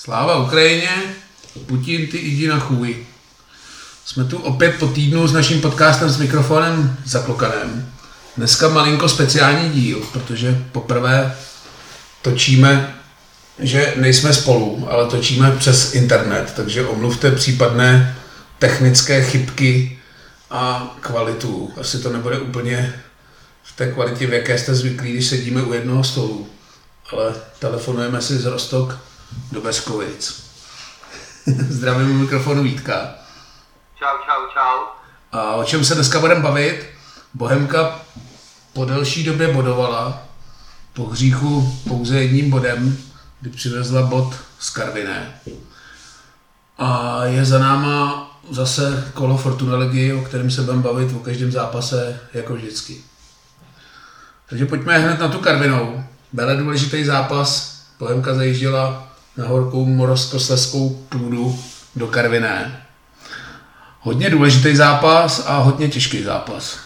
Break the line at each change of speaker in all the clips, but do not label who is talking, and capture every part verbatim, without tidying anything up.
Sláva Ukrajině, Putin, ty jdi na chůj. Jsme tu opět po týdnu s naším podcastem s mikrofonem za klokanem. Dneska malinko speciální díl, protože poprvé točíme, že nejsme spolu, ale točíme přes internet, takže omluvte případné technické chybky a kvalitu. Asi to nebude úplně v té kvalitě, v jaké jste zvyklí, když sedíme u jednoho stolu, ale telefonujeme si z Rostok do Beskovic. Zdravím u mikrofonu Vítka.
Čau, čau, čau.
A o čem se dneska budeme bavit? Bohemka po delší době bodovala, po hříchu pouze jedním bodem, kdy přivezla bod z Karviné. A je za náma zase kolo Fortuna ligy, o kterém se budeme bavit o každém zápase, jako vždycky. Takže pojďme hned na tu Karvinou. Byl důležitý zápas, Bohemka zajížděla na horkou moravskoslezskou půdu do Karviné. Hodně důležitý zápas a hodně těžký zápas.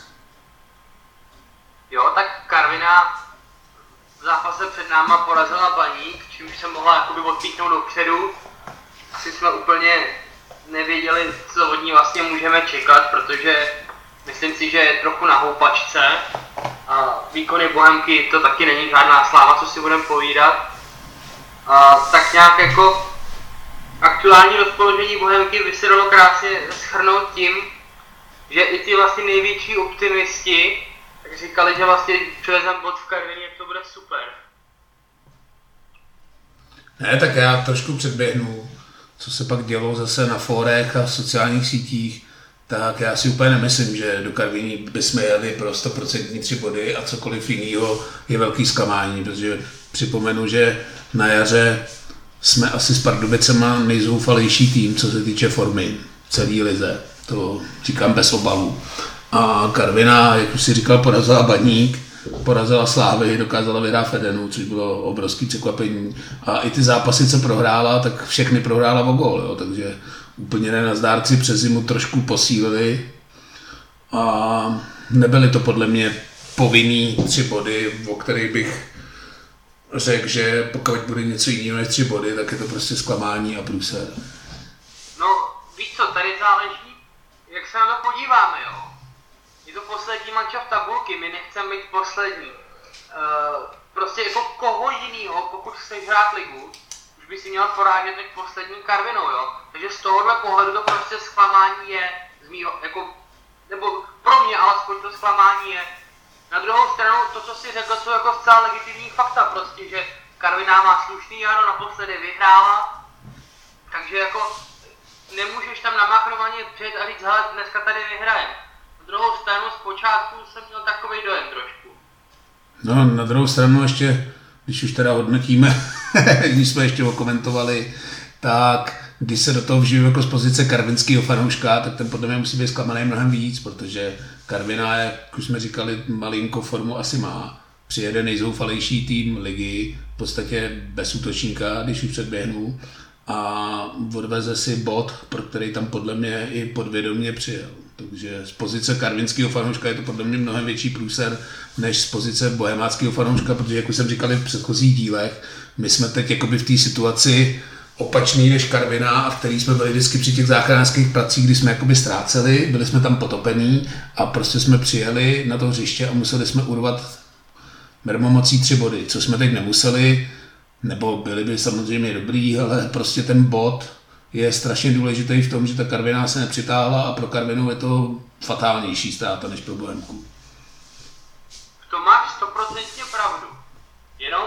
Jo, tak Karviná v zápase před náma porazila Baník, čímž se mohla jakoby odpíchnout dopředu. Asi jsme úplně nevěděli, co od ní vlastně můžeme čekat, protože myslím si, že je trochu na houpačce a výkony Bohemky to taky není žádná sláva, co si budeme povídat. A tak nějak jako aktuální rozpoložení Bohemky by se dalo krásně shrnout tím, že i ty vlastně největší optimisti tak říkali, že vlastně přivezem bod v Karvině, to bude super.
Ne, tak já trošku předběhnu, co se pak dělo zase na fórech a sociálních sítích, tak já si úplně nemyslím, že do Karviní bychom jeli pro sto procent tři body a cokoliv jiného je velký zklamání, protože připomenu, že na jaře jsme asi s Pardubicema nejzoufalejší tým, co se týče formy celý lize, to říkám bez obalu. A Karviná, jak už si říkal, porazila Baník, porazila Slávy, dokázala vyhrát Fedenu, což bylo obrovský překvapení. A i ty zápasy, co prohrála, tak všechny prohrála o gól, jo, takže úplně ne, nazdárci přes zimu trošku posílili a nebyly to podle mě povinný tři body, o kterých bych řekl, že pokud bude něco jiného než tři body, tak je to prostě zklamání a průser.
No, víš co, tady záleží, jak se na to podíváme, jo. Je to poslední manča v tabulky, my nechceme být poslední. Uh, prostě jako koho jinýho, pokud chceš hrát ligu, už by si měl porážet než poslední Karvinou, jo. Takže z tohohle pohledu to prostě zklamání je, z mýho, jako, nebo pro mě alespoň to zklamání je. Na druhou stranu, to, co si řekl, jsou jako zcela legitimní fakta, prostě, že Karviná má slušný jaro, naposledy vyhrála, takže jako nemůžeš tam namáchnovaně přijet a říct, hele, dneska tady vyhrajem. Na druhou stranu, zpočátku jsem měl takovej dojem trošku.
No, na druhou stranu ještě, když už teda hodnotíme, když jsme ještě okomentovali, tak když se do toho vžiju jako z pozice karvinského fanouška, tak ten podle mě musí být zklamaný mnohem víc, protože Karviná, jak už jsme říkali, malinko formu asi má. Přijede nejzoufalejší tým ligy, v podstatě bez útočníka, když už předběhnu, a odveze si bod, pro který tam podle mě i podvědomě přijel. Takže z pozice karvinského fanouška je to podle mě mnohem větší průser, než z pozice bohemáckého fanouška, protože jak už jsem říkal v předchozích dílech, my jsme teď jakoby v té situaci opačný než Karviná, a v který jsme byli vždycky při těch záchranářských pracích, kdy jsme jakoby ztráceli, byli jsme tam potopení a prostě jsme přijeli na to hřiště a museli jsme urvat mermomocí tři body, co jsme teď nemuseli, nebo byli by samozřejmě dobrý, ale prostě ten bod je strašně důležitý v tom, že ta Karviná se nepřitáhla a pro Karvinu je to fatálnější ztráta než pro Bohemku.
To máš stoprocentně pravdu. Jenom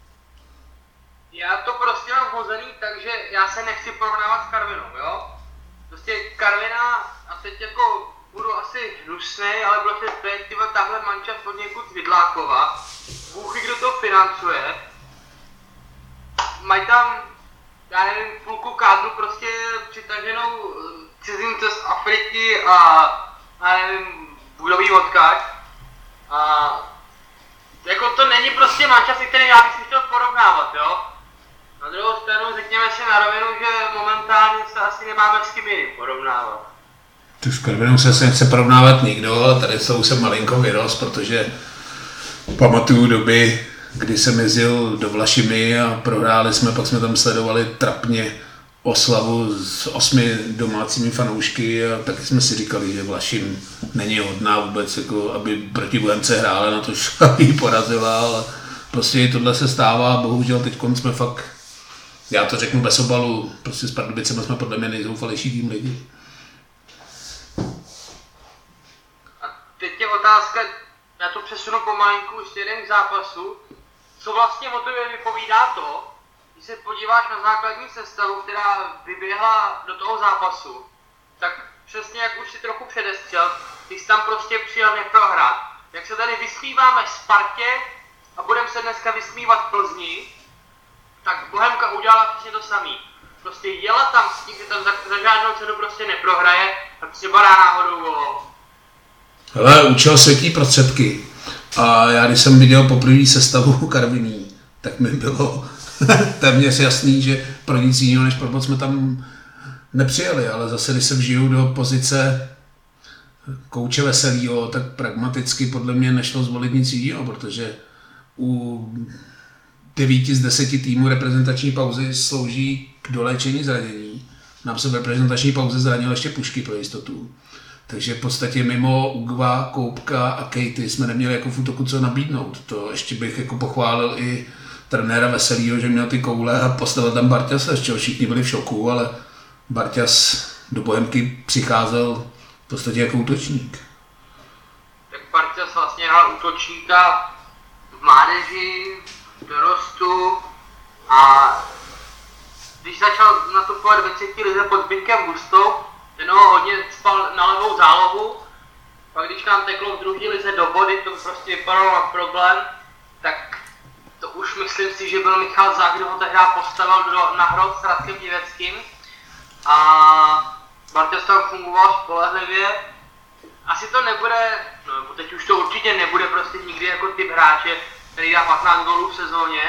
já to prostě mám hozený, takže já se nechci porovnávat s Karvinou, jo? Prostě Karviná, a teď jako budu asi hnusnej, ale prostě to je tyhle tahle mančaft od někud z Vidlákova. Bůh, kdo to financuje. Mají tam, já nevím, půlku kádru prostě přitaženou cizince z Afriky a, já nevím, budový odkaď. A jako to není prostě mančaft, který já bych si chtěl porovnávat, jo? Na druhou stranu řekněme si na rovinu, že momentálně se asi nemáme s kým jiným porovnávat.
Tak s Karvinou se asi nechce porovnávat nikdo, ale tady jsou se malinko vyrost, protože pamatuju doby, kdy jsem jezdil do Vlašimi a prohráli jsme, pak jsme tam sledovali trapně oslavu s osmi domácími fanoušky a taky jsme si říkali, že Vlašim není hodná vůbec, jako aby proti Bohemce hrála na to, že ji porazila, ale prostě i tohle se stává, bohužel teď jsme fakt, já to řeknu bez obalu, prostě s Pardubicemi jsme podle mě nejzoufalejší tým ligy.
A teď je otázka, já to přesunu pomalinku ještě jeden k zápasu, co vlastně o tobě vypovídá to, když se podíváš na základní sestavu, která vyběhla do toho zápasu, tak přesně jak už si trochu předestřel, ty jsi tam prostě přijel neprohrát. Jak se tady vysmíváme Spartě a budeme se dneska vysmívat Plzni, tak Bohemka udělala přesně to samý. Prostě jela tam s tím, že tam za, za žádnou cenu prostě neprohraje a třeba dá náhodou gól.
Hele, učil světí prostředky. A já když jsem viděl poprvé sestavu Karviní, tak mi bylo téměř jasný, že pro nic jiného než pro bod jsme tam nepřijeli, ale zase, když se vžiju do pozice kouče Veselýho, tak pragmaticky podle mě nešlo zvolit nic jiného, protože u devíti z deseti týmů reprezentační pauzy slouží k doléčení zranění. Nám se v reprezentační pauze zranil ještě Pušky pro jistotu. Takže v podstatě mimo Ugva, Koupka a Kejty jsme neměli jako v útoku co nabídnout. To ještě bych jako pochválil i trenéra Veselýho, že měl ty koule a postavil tam Barťase, z čeho všichni byli v šoku, ale Barťas do Bohemky přicházel v podstatě jako útočník.
Tak Barťas vlastně hrál útočníka v mládeži, v dorostu a když začal nastupovat ve třetí lize pod Zbyňkem Bustou, ten ho hodně spal na levou zálohu, pak když nám teklo v druhé lize do body, to prostě vypadalo na problém, tak to už myslím si, že byl Michal Zák, kdo ho tehdy postavil do, na hrot s Radkem Diveckým a Barťas tam fungoval spolehlivě. Asi to nebude, no teď už to určitě nebude prostě nikdy jako typ hráče, který dá patnáct gólů v sezóně,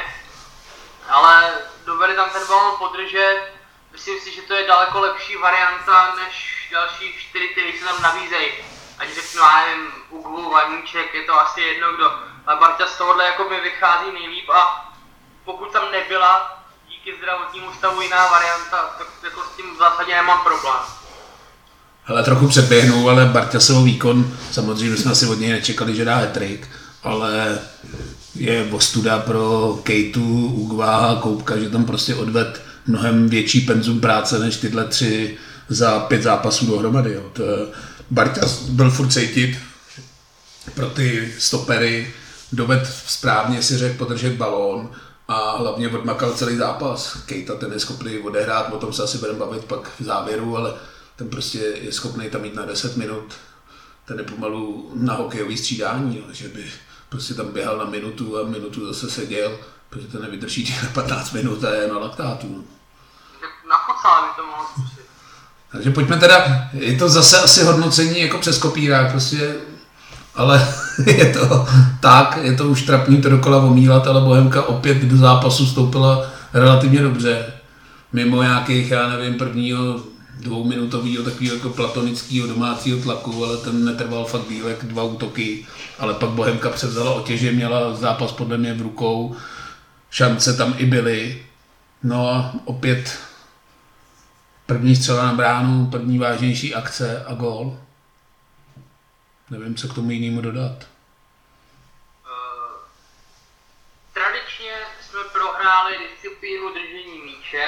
ale dovede tam ten balón podržet. Myslím si, že to je daleko lepší varianta než další čtyři, který se tam nabízejí. Ať řeknu, já nevím, Uglu, Vaníček, je to asi jedno kdo. Ale Barťa z tohohle jako mi vychází nejlíp a pokud tam nebyla díky zdravotnímu stavu jiná varianta, tak jako s tím v zásadě nemám problém.
Hele, trochu předběhnu, ale Barťasov výkon, samozřejmě jsme si od něj nečekali, že dá hat-trick, ale je ostuda pro Kejtu, Ugva a Koupka, že tam prostě odved mnohem větší penzum práce než tyhle tři za pět zápasů dohromady. Jo. To, Barťas byl furt cítit pro ty stopery, doved správně si řekl podržet balón a hlavně odmakal celý zápas. Kejta ten je schopný odehrát, o tom se asi budeme bavit pak v závěru, ale ten prostě je schopný tam jít na deset minut. Ten je pomalu na hokejový střídání, jo, že by prostě tam běhal na minutu a minutu zase seděl, protože to nevydrží těch patnáct minut a je na laktátu.
Na futsal by to mohlo zkusit.
Takže pojďme teda, je to zase asi hodnocení jako přes kopírák, prostě, ale je to tak, je to už trapný to dokola omílat, ale Bohemka opět do zápasu vstoupila relativně dobře. Mimo nějakých, já nevím, prvního dvouminutového takového jako platonického domácího tlaku, ale ten netrval fakt díl, jak dva útoky, ale pak Bohemka převzala otěže, měla zápas podle mě v rukou, šance tam i byly, no a opět první střela na bránu, první vážnější akce a gól. Nevím, co k tomu jinému dodat.
Uh, tradičně jsme prohráli disciplínu držení míče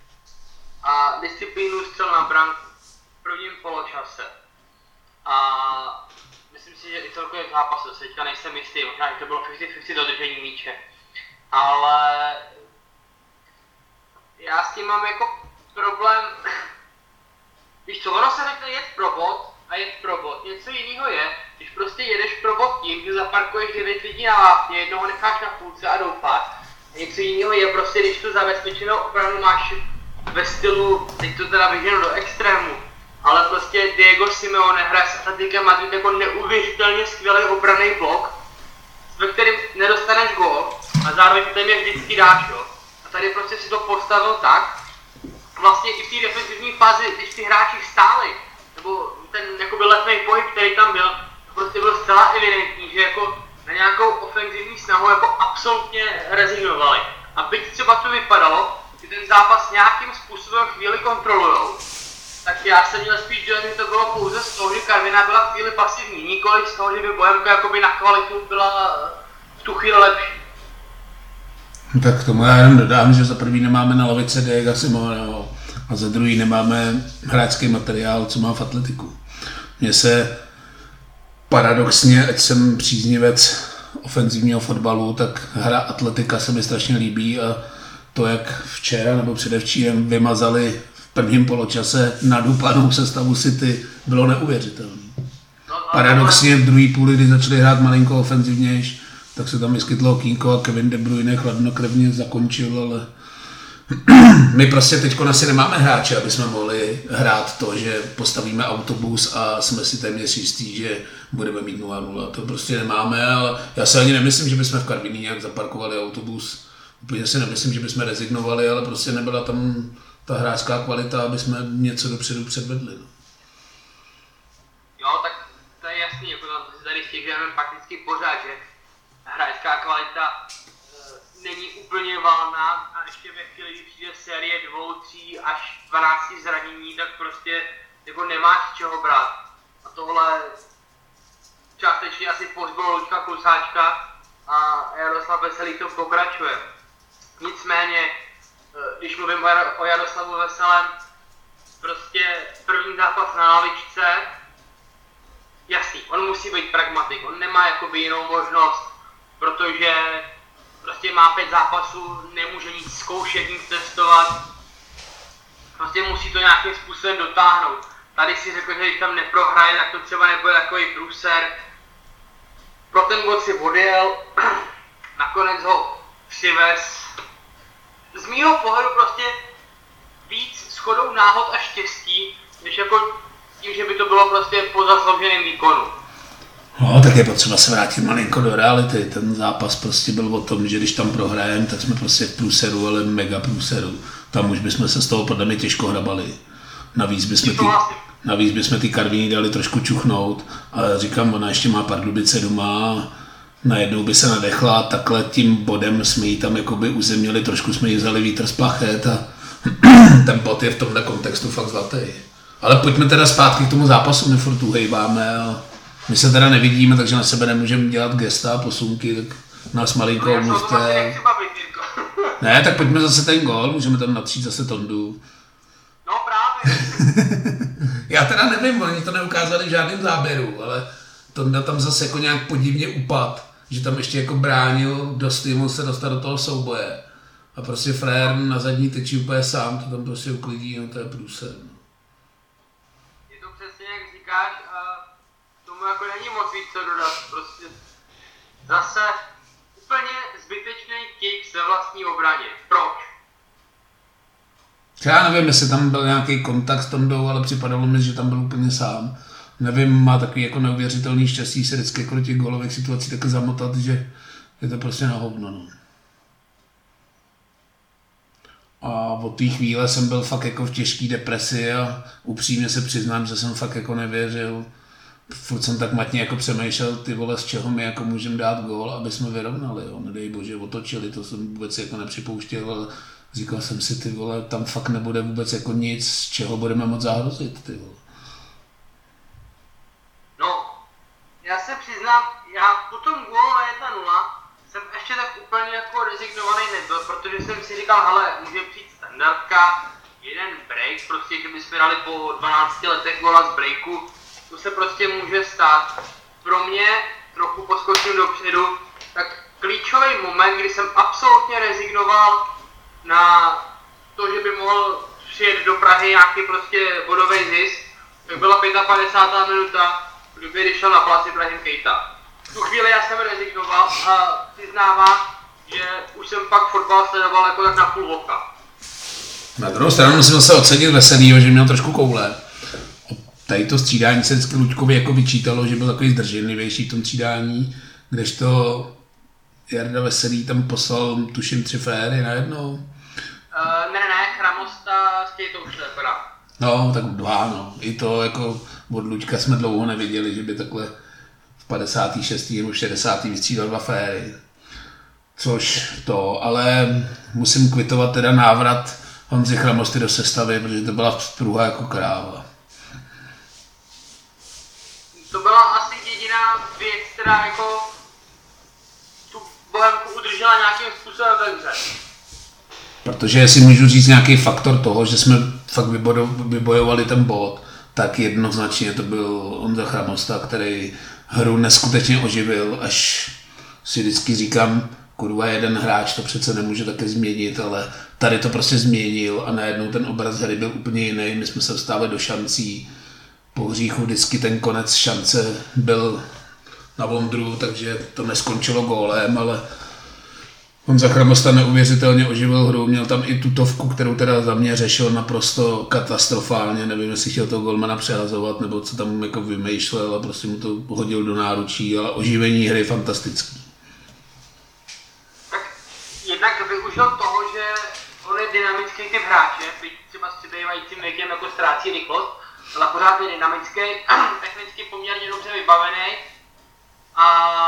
a disciplínu střel na branku v prvním poločase. A myslím si, že i celkově v zápase, se teďka nejsem jistý, možná, že to bylo padesát padesát dodržení míče. Ale já s tím mám jako problém, víš co, ono se řekne jet pro bod a jet pro bod. Něco jiného je, když prostě jedeš pro bod tím, že zaparkuješ devět lidí na vápně, jednoho necháš na půlce a doufáš. Něco jiného je prostě, když tu zabezpečenou opravdu máš ve stylu, teď to teda vyženu do extrému, ale prostě Diego Simeone hraje s Atletikem Madrid jako neuvěřitelně skvělý obranný blok, ve kterém nedostaneš gól a zároveň ten je vždycky dáš, jo. A tady prostě si to postavil tak, vlastně i v té defenzivní fázi, když ty hráči stáli, nebo ten jakoby letnej pohyb, který tam byl, prostě byl zcela evidentní, že jako na nějakou ofenzivní snahu jako absolutně rezignovali. A byť třeba to vypadalo, že ten zápas nějakým způsobem chvíli kontrolujou, tak já jsem měl spíš dojem, že to bylo pouze z toho, že Karviná byla chvíli pasivní, nikoliv z toho, že by Bohemka jakoby na kvalitu byla v tu chvíli lepší.
Tak k tomu já jenom dodám, že za prvý nemáme na lavice Diego Simoneho a za druhý nemáme hráčský materiál, co má v atletiku. Mně se paradoxně, ať jsem příznivec ofenzivního fotbalu, tak hra atletika se mi strašně líbí a to, jak včera nebo předevčírem vymazali v prvním poločase nadupanou sestavu City, bylo neuvěřitelné. Paradoxně v druhé půli, kdy začali hrát malinko ofenzivnější, tak se tam vyskytlo okýnko a Kevin De Bruyne chladnokrevně zakončil, ale my prostě teď asi nemáme hráče, aby jsme mohli hrát to, že postavíme autobus a jsme si téměř jistí, že budeme mít nula nula. To prostě nemáme, ale já si ani nemyslím, že bychom v Karviní nějak zaparkovali autobus. Úplně si nemyslím, že bychom rezignovali, ale prostě nebyla tam ta hráčská kvalita, aby jsme něco dopředu předvedli. No.
Jo, tak to je jasný, jako to si tady stěžujeme fakticky pořád, že hráčská kvalita e, není úplně valná a ještě ve chvíli, kdy přijde série dvou, tří až dvanácti zranění, tak prostě jako nemáš z čeho brát. A tohle částečně asi pozbylo Luďka Klusáčka a Jaroslav Veselý to pokračuje. Nicméně, e, když mluvím o, Jar- o Jaroslavu Veselém, prostě první zápas na lavičce, jasný, on musí být pragmatik, on nemá jakoby jinou možnost, protože prostě má pět zápasů, nemůže nic zkoušet, nic testovat, prostě musí to nějakým způsobem dotáhnout. Tady si řekl, že když tam neprohraje, tak to třeba nebude takový průser. Pro ten bod si odjel, nakonec ho přivez. Z mýho pohledu prostě víc shodou náhod a štěstí, než jako tím, že by to bylo prostě po zaslouženém výkonu.
No, tak je potřeba se vrátit malinko do reality. Ten zápas prostě byl o tom, že když tam prohrajeme, tak jsme prostě v průseru, ale mega průseru. Tam už bychom se z toho podle mě těžko hrabali. Navíc bychom ty, navíc bychom ty Karviní dali trošku čuchnout. A říkám, ona ještě má Pardubice doma. Najednou by se nadechla a takhle tím bodem jsme ji tam jakoby uzemnili, trošku jsme ji vzali vítr z plachet a ten bod je v tomhle kontextu fakt zlatý. Ale pojďme teda zpátky k tomu zápasu, my furt uhejbáme a my se teda nevidíme, takže na sebe nemůžeme dělat gesta a posunky, tak nás malinko omluvte. Ne, tak pojďme zase ten gól, můžeme tam natřít zase Tondu.
No právě.
Já teda nevím, oni to neukázali v žádném záběru, ale Tonda tam zase jako nějak podivně upad, že tam ještě jako bránil, dost jemu se dostat do toho souboje. A prostě frér na zadní tečí úplně sám, to tam prostě uklidí, no to je průser.
Je to přesně jak říkáš a tomu jako není moc víc co dodat, prostě zase úplně zbytečný kick ve vlastní obraně. Proč?
Já nevím, jestli tam byl nějaký kontakt s Tondou, ale připadalo mi, že tam byl úplně sám. Nevím, má takový jako neuvěřitelný štěstí se vždycky jako do těch gólových situací taky zamotat, že je to prostě na hovno. No. A od té chvíle jsem byl fakt jako v těžké depresi a upřímně se přiznám, že jsem fakt jako nevěřil. Furt jsem tak matně jako přemýšlel, ty vole, z čeho my jako můžeme dát gól, aby jsme vyrovnali, jo. Nedej bože, otočili, to jsem vůbec jako nepřipouštěl, ale říkal jsem si, ty vole, tam fakt nebude vůbec jako nic, z čeho budeme moc zahrozit, ty vole.
No, já se přiznám, já po tom gólu na jedna nula jsem ještě tak úplně jako rezignovaný nebyl, protože jsem si říkal, hele, může přijít standardka, jeden break, prostě, že bychom dali po dvanácti letech góla z breaku, to se prostě může stát. Pro mě, trochu poskočím dopředu, tak klíčový moment, kdy jsem absolutně rezignoval na to, že by mohl přijet do Prahy nějaký prostě bodový zisk, tak byla padesátá pátá minuta, kdy šel na plac Ibrahim Keita. V tu chvíli já jsem rezignoval a přiznávám, že už jsem pak fotbal sledoval jako tak na půl oka.
Na druhou stranu musím zase ocenit Veselýho, že měl trošku koule. Tady to střídání se vždycky Luďkovi jako vyčítalo, že byl takový zdrženlivější v tom střídání, kdežto Jarda Veselý tam poslal, tuším, tři féry najednou.
Uh, ne, ne, ne, Chramosta s Kejtou už teda.
No, tak dva, no. I to jako od Luďka jsme dlouho neviděli, že by takhle v padesátém šestém nebo šedesátém vystřídal dva féry. Což to, ale musím kvitovat teda návrat Honzy Chramosty do sestavy, protože to byla průha jako kráva.
To byla asi jediná věc, která jako tu Bohemku udržela nějakým způsobem ve hře.
Protože jestli můžu říct nějaký faktor toho, že jsme fakt vybojovali ten bod, tak jednoznačně to byl Honza Chramosta, který hru neskutečně oživil, až si vždycky říkám, kurva, jeden hráč to přece nemůže také změnit, ale tady to prostě změnil a najednou ten obraz hry byl úplně jiný, my jsme se dostávali do šancí, po hříchu vždycky ten konec šance byl na Vondru, takže to neskončilo gólem, ale Honza Chramosta neuvěřitelně oživil hru, měl tam i tutovku, kterou teda za mě řešil naprosto katastrofálně, nevím, jestli chtěl toho golmana přehazovat, nebo co tam jako vymýšlel a prostě mu to hodil do náručí, ale oživení hry fantastický.
Tak jednak využil toho, že on je dynamický typ hráče, třeba s přibývajícím věkem jako ztrácí rychlost, ale pořád je dynamický, technicky poměrně dobře vybavený a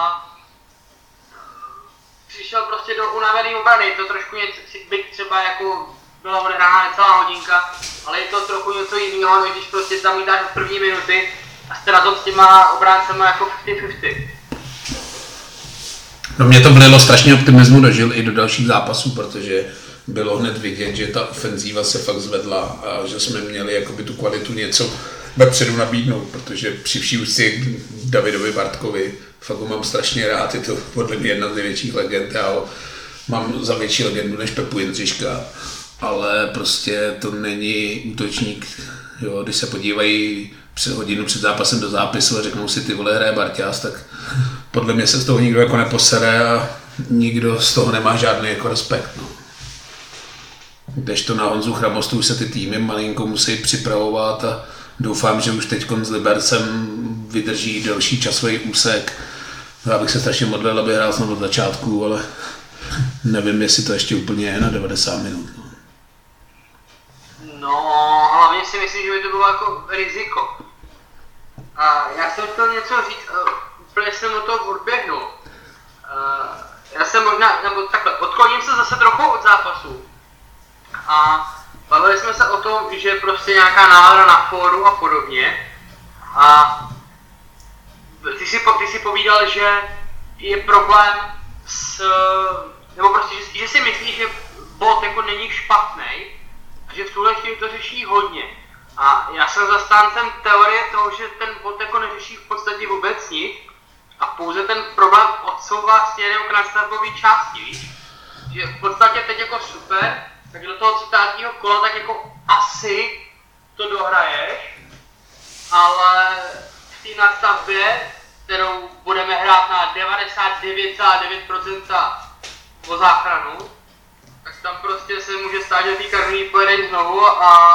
přišel prostě do unavený obrany, to trošku něco, byť třeba jako byla odehrána celá hodinka, ale je to trochu něco jiného, než když prostě tam lítáš v první minuty a jste na tom s těma obráncema jako padesát na padesát.
No mě to vlilo strašně optimismu dožil i do dalších zápasů, protože bylo hned vidět, že ta ofenzíva se fakt zvedla a že jsme měli jakoby tu kvalitu něco vepředu nabídnout, protože při vší úctě k Davidovi Bartkovi fakt ho mám strašně rád, je to podle mě jedna z největších legend, já ho mám za větší legendu než Pepu Jindřiška, ale prostě to není útočník, jo, když se podívají před hodinu před zápasem do zápisu a řeknou si ty vole hraje Barťás, tak podle mě se z toho nikdo jako neposere a nikdo z toho nemá žádný jako respekt. No. Kdežto na Honzu Chramostu už se ty týmy malinko musí připravovat a doufám, že už teď s Libercem vydrží delší časový úsek. Já bych se strašně modlil, aby hrál znovu od začátku, ale nevím, jestli to ještě úplně je na devadesát minut. No,
no hlavně si myslím, že by to bylo jako riziko. A já jsem chtěl něco říct, úplně jsem o toho odběhnul. Já jsem možná, nebo takhle, odkloním se zase trochu od zápasu. A bavili jsme se o tom, že prostě nějaká nálada na fóru a podobně. A ty si, ty si povídal, že je problém s, nebo prostě, že, že si myslíš, že bod jako není špatný, a že v tuhle chvíli to řeší hodně. A já jsem zastáncem teorie toho, že ten bod jako neřeší v podstatě vůbec nic a pouze ten problém odsouvá směrem k nastavbové části, víš? Že v podstatě teď jako super, tak do toho citátního kola tak jako asi to dohraješ, ale v té nadstavbě, kterou budeme hrát na devadesát devět celá devět procent o záchranu, tak tam prostě se může stát, že tý Karviní pojede znovu a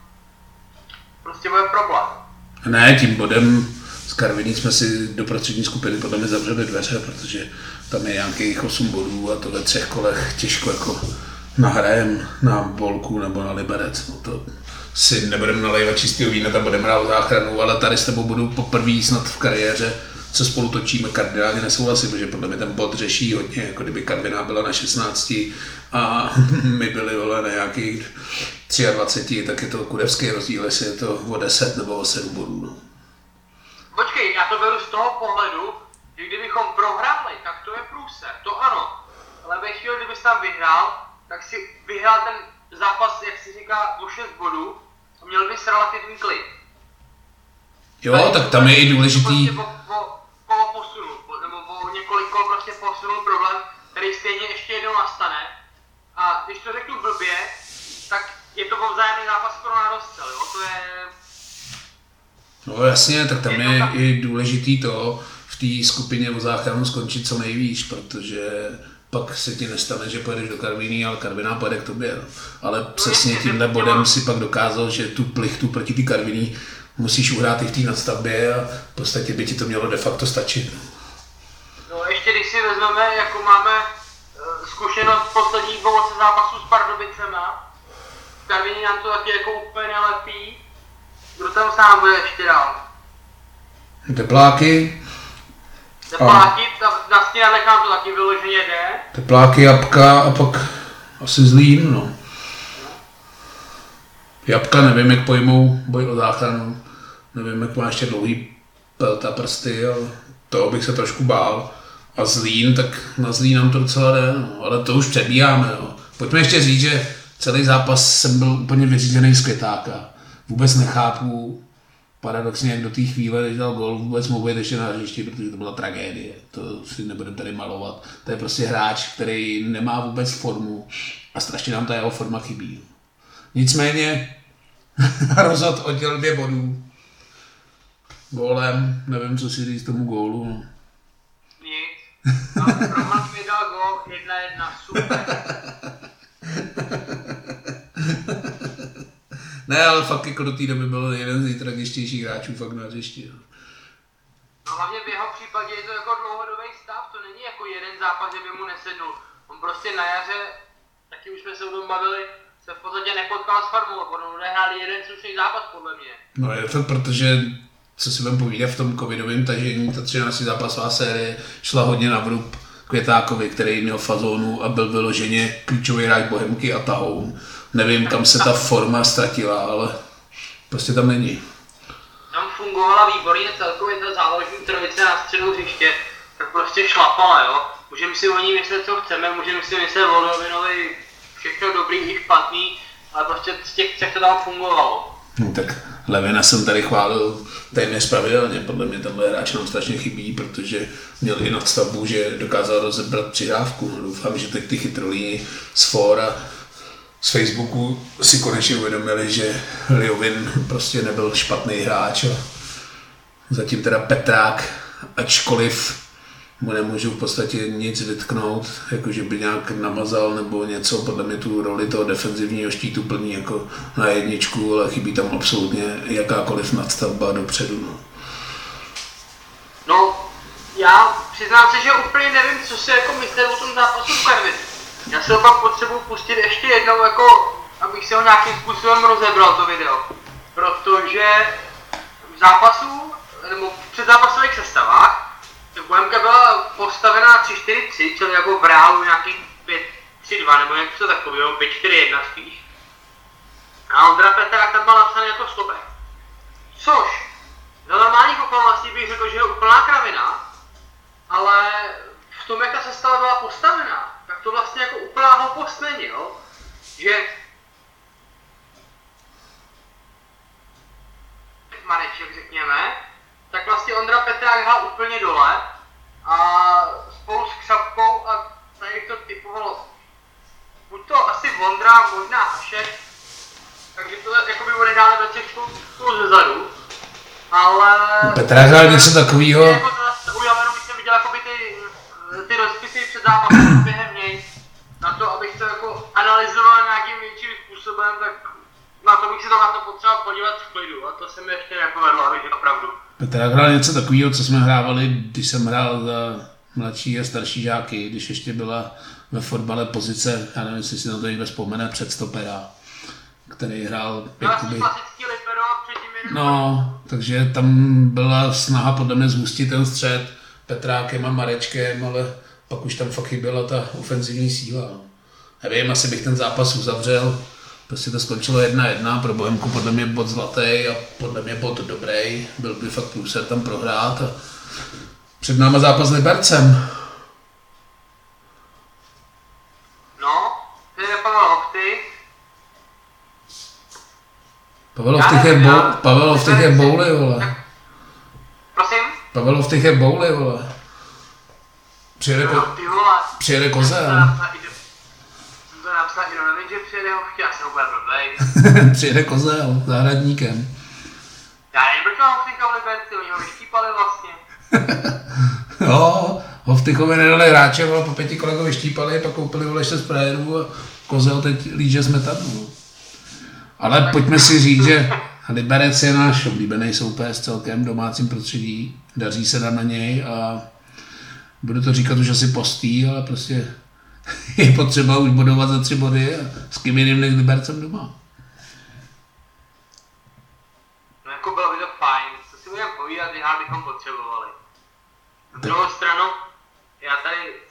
prostě bude problém.
Ne, tím bodem z Karviní jsme si do prostřední skupiny podle mě zavřeli dveře, protože tam je nějakých osm bodů a to ve třech kolech těžko jako nahrajem na Bolku nebo na Liberec. No to si nebudeme nalévat čistého vína, tam budeme hrát o záchranu, ale tady s tebou budu poprvé snad v kariéře, co spolu točíme, kardinálně nesouhlasím, protože podle mě ten bod řeší hodně, jako kdyby Karviná byla na šestnácti a my byli vole na nějakých dvacet tři, tak je to kudevský rozdíl, jestli je to o deset nebo o sedm bodů. No.
Počkej, já to beru z toho pohledu, že kdybychom prohráli, tak to je průser, to ano, ale ve chvíli, kdybys tam vyhrál, tak si vyhrál ten zápas, jak si říká, o šest bodů a měl bys relativní klid.
Jo, tak, tak tam je i důležitý.
Prostě po, po, po posunu, nebo po několik kol prostě posunul problém, který stejně ještě jednou nastane. A když to řeknu blbě, tak je to vzájemný zápas skoro na rozcel, jo, to je...
No jasně, tak tam je, je i důležitý to v té skupině o záchranu skončit co nejvíc, protože pak se ti nestane, že pojedeš do Karviní, ale Karviná pojede k tobě. No. Ale přesně tímhle bodem si pak dokázal, že tu plichtu proti té Karviní musíš uhrát i v té nadstavbě a v podstatě by ti to mělo de facto stačit.
No ještě když si vezmeme, jako máme uh, zkušenost posledních dvou zápasů s Pardubicema, v Karviní nám to taky jako úplně nelepí. Kdo tam sám bude ještě dál?
Debláky.
Tepláky, na snídanek nám to taky vyloženě jde.
Tepláky, jabka a pak asi Zlín, no. Jabka nevím, jak pojmou boj o záchranu. Nevím, jak má ještě dlouhý pelta prsty, ale toho bych se trošku bál. A Zlín, tak na Zlín nám to docela jde, no. Ale to už přebíháme, no. Pojďme ještě říct, že celý zápas jsem byl úplně vyřízený z Květáka. Vůbec nechápu, paradoxně, jak do té chvíle, když dal gól, vůbec mohl být ještě na hřišti, protože to byla tragédie. To si nebudeme tady malovat. To je prostě hráč, který nemá vůbec formu a strašně nám ta jeho forma chybí. Nicméně rozhod odděl dvě bodů. Gólem, nevím, co si říct tomu gólu. No.
Nic. No, Roman mi dal gól jedna jedna, super.
Ne, ale fakt jako do té doby byl jeden z nejtragičtějších hráčů fakt na hřišti.
No hlavně v jeho případě je to jako dlouhodobý stav, to není jako jeden zápas, že by mu nesednul. On prostě na jaře, taky už jsme se o tom bavili, se v podstatě nepotkal s formou, on odehrál jeden slušný zápas podle mě.
No je to protože, co si budeme povídat, v tom covidovém tažení, ta třináctá zápasová série šla hodně na vrub Květákovi, který měl fazónu a byl vyloženě klíčový hráč Bohemky a tahoun. Nevím, kam se ta forma ztratila, ale prostě tam není.
Tam fungovala výborně celkově ta záložní trojice na středu hřiště, tak prostě šlapala, jo. Můžeme si o ní myslet, co chceme, můžeme si myslet o Lovinovi všechno dobrý i špatný, ale prostě z těch třech to tam fungovalo.
No tak Levina jsem tady chválil téměř pravidelně, podle mě tenhle hráč nám strašně chybí, protože měl i nadstavbu, že dokázal rozebrat přihrávku. No, doufám, že teď ty chytrolíni z fóra, z Facebooku si konečně uvědomili, že Liovin prostě nebyl špatný hráč. A zatím teda Petrák, ačkoliv mu nemůžu v podstatě nic vytknout, jakože by nějak namazal nebo něco, podle mě tu roli toho defenzivního štítu plní jako na jedničku, ale chybí tam absolutně jakákoliv nadstavba dopředu. No,
no já přiznám se, že úplně nevím, co si jako myslet o tom zápasu v Karviné. Já se ho pak potřebuji pustit ještě jednou, jako, abych si ho nějakým způsobem rozebral to video. Protože v zápasu, nebo v předzápasových sestavách, Bohemka byla postavená tři čtyři tři, čili jako v reálu nějakých pět tři dva, nebo něco takového, pět čtyři jedna spíš. A Ondra Petrák tam byl napsaný jako stopek. Což za normálních okolností bych řekl, že je úplná kravina, ale v tom, jak ta sestava byla postavená, tak to vlastně jako úplná hloupost není, jo? Že Mareček, řekněme, tak vlastně Ondra Petrák hrál úplně dole a spolu s Křapkou a tady to typovalo buď to asi Vondra, možná Hašek, takže to jakoby odehráli do těch spolu zezadu, ale
Petrák hrál něco takovýho.
Jako to zase ujaveno, když jsem viděl jakoby ty, ty rozpisy před zápasem během něj, na to, abych to jako analyzoval nějakým větším způsobem, tak na to bych si to na to potřeboval podívat v klidu a to se mi ještě nepovedlo, abych řekl pravdu.
Petrák hrál něco takového, co jsme hrávali, když jsem hrál za mladší a starší žáky, když ještě byla ve fotbale pozice, já nevím, jestli si na to někdo vzpomene, předstopera, který hrál
jakoby... klasický libero a předtím je...
No, takže tam byla snaha podle mě zhustit ten střed Petrákem a Marečkem, ale pak už tam fakt chyběla ta ofenzivní síla. Nevím, asi bych ten zápas uzavřel. Prostě to skončilo jedna jedna, pro Bohemku podle mě bod zlatý a podle mě bod dobrý. Byl by fakt průser tam prohrát. A před náma zápas s Libercem.
No, to je Pavel Hochtych.
Pavel Hochtych je, bo, Pavel Hochtych je bouly, vole.
Prosím?
Pavel Hochtych je bouly, vole. Přijede, ko, přijede kozel.
To napsal i do novin, že přijede Hochtych, já jsem úplně blbej.
Přijede kozel, zahradníkem.
Já nevím, proč mám Hochtycha v Liberci, oni ho vyštípali vlastně.
Jo, Hochtychovi nedali hráče, ale po pěti kolego vyštípali, pak koupili vole šest frajerů a kozel teď líže smetanu. Ale tak pojďme si říct, že Liberec je náš oblíbený soupeř celkem v domácím prostředí, daří se nám na něj a budu to říkat už asi postý, ale prostě je potřeba už bodovat za tři body a s kým jiným než Libercem doma.
No jako bylo by to fajn, co si budeme povídat, vyhrát bychom potřebovali. Na druhou stranu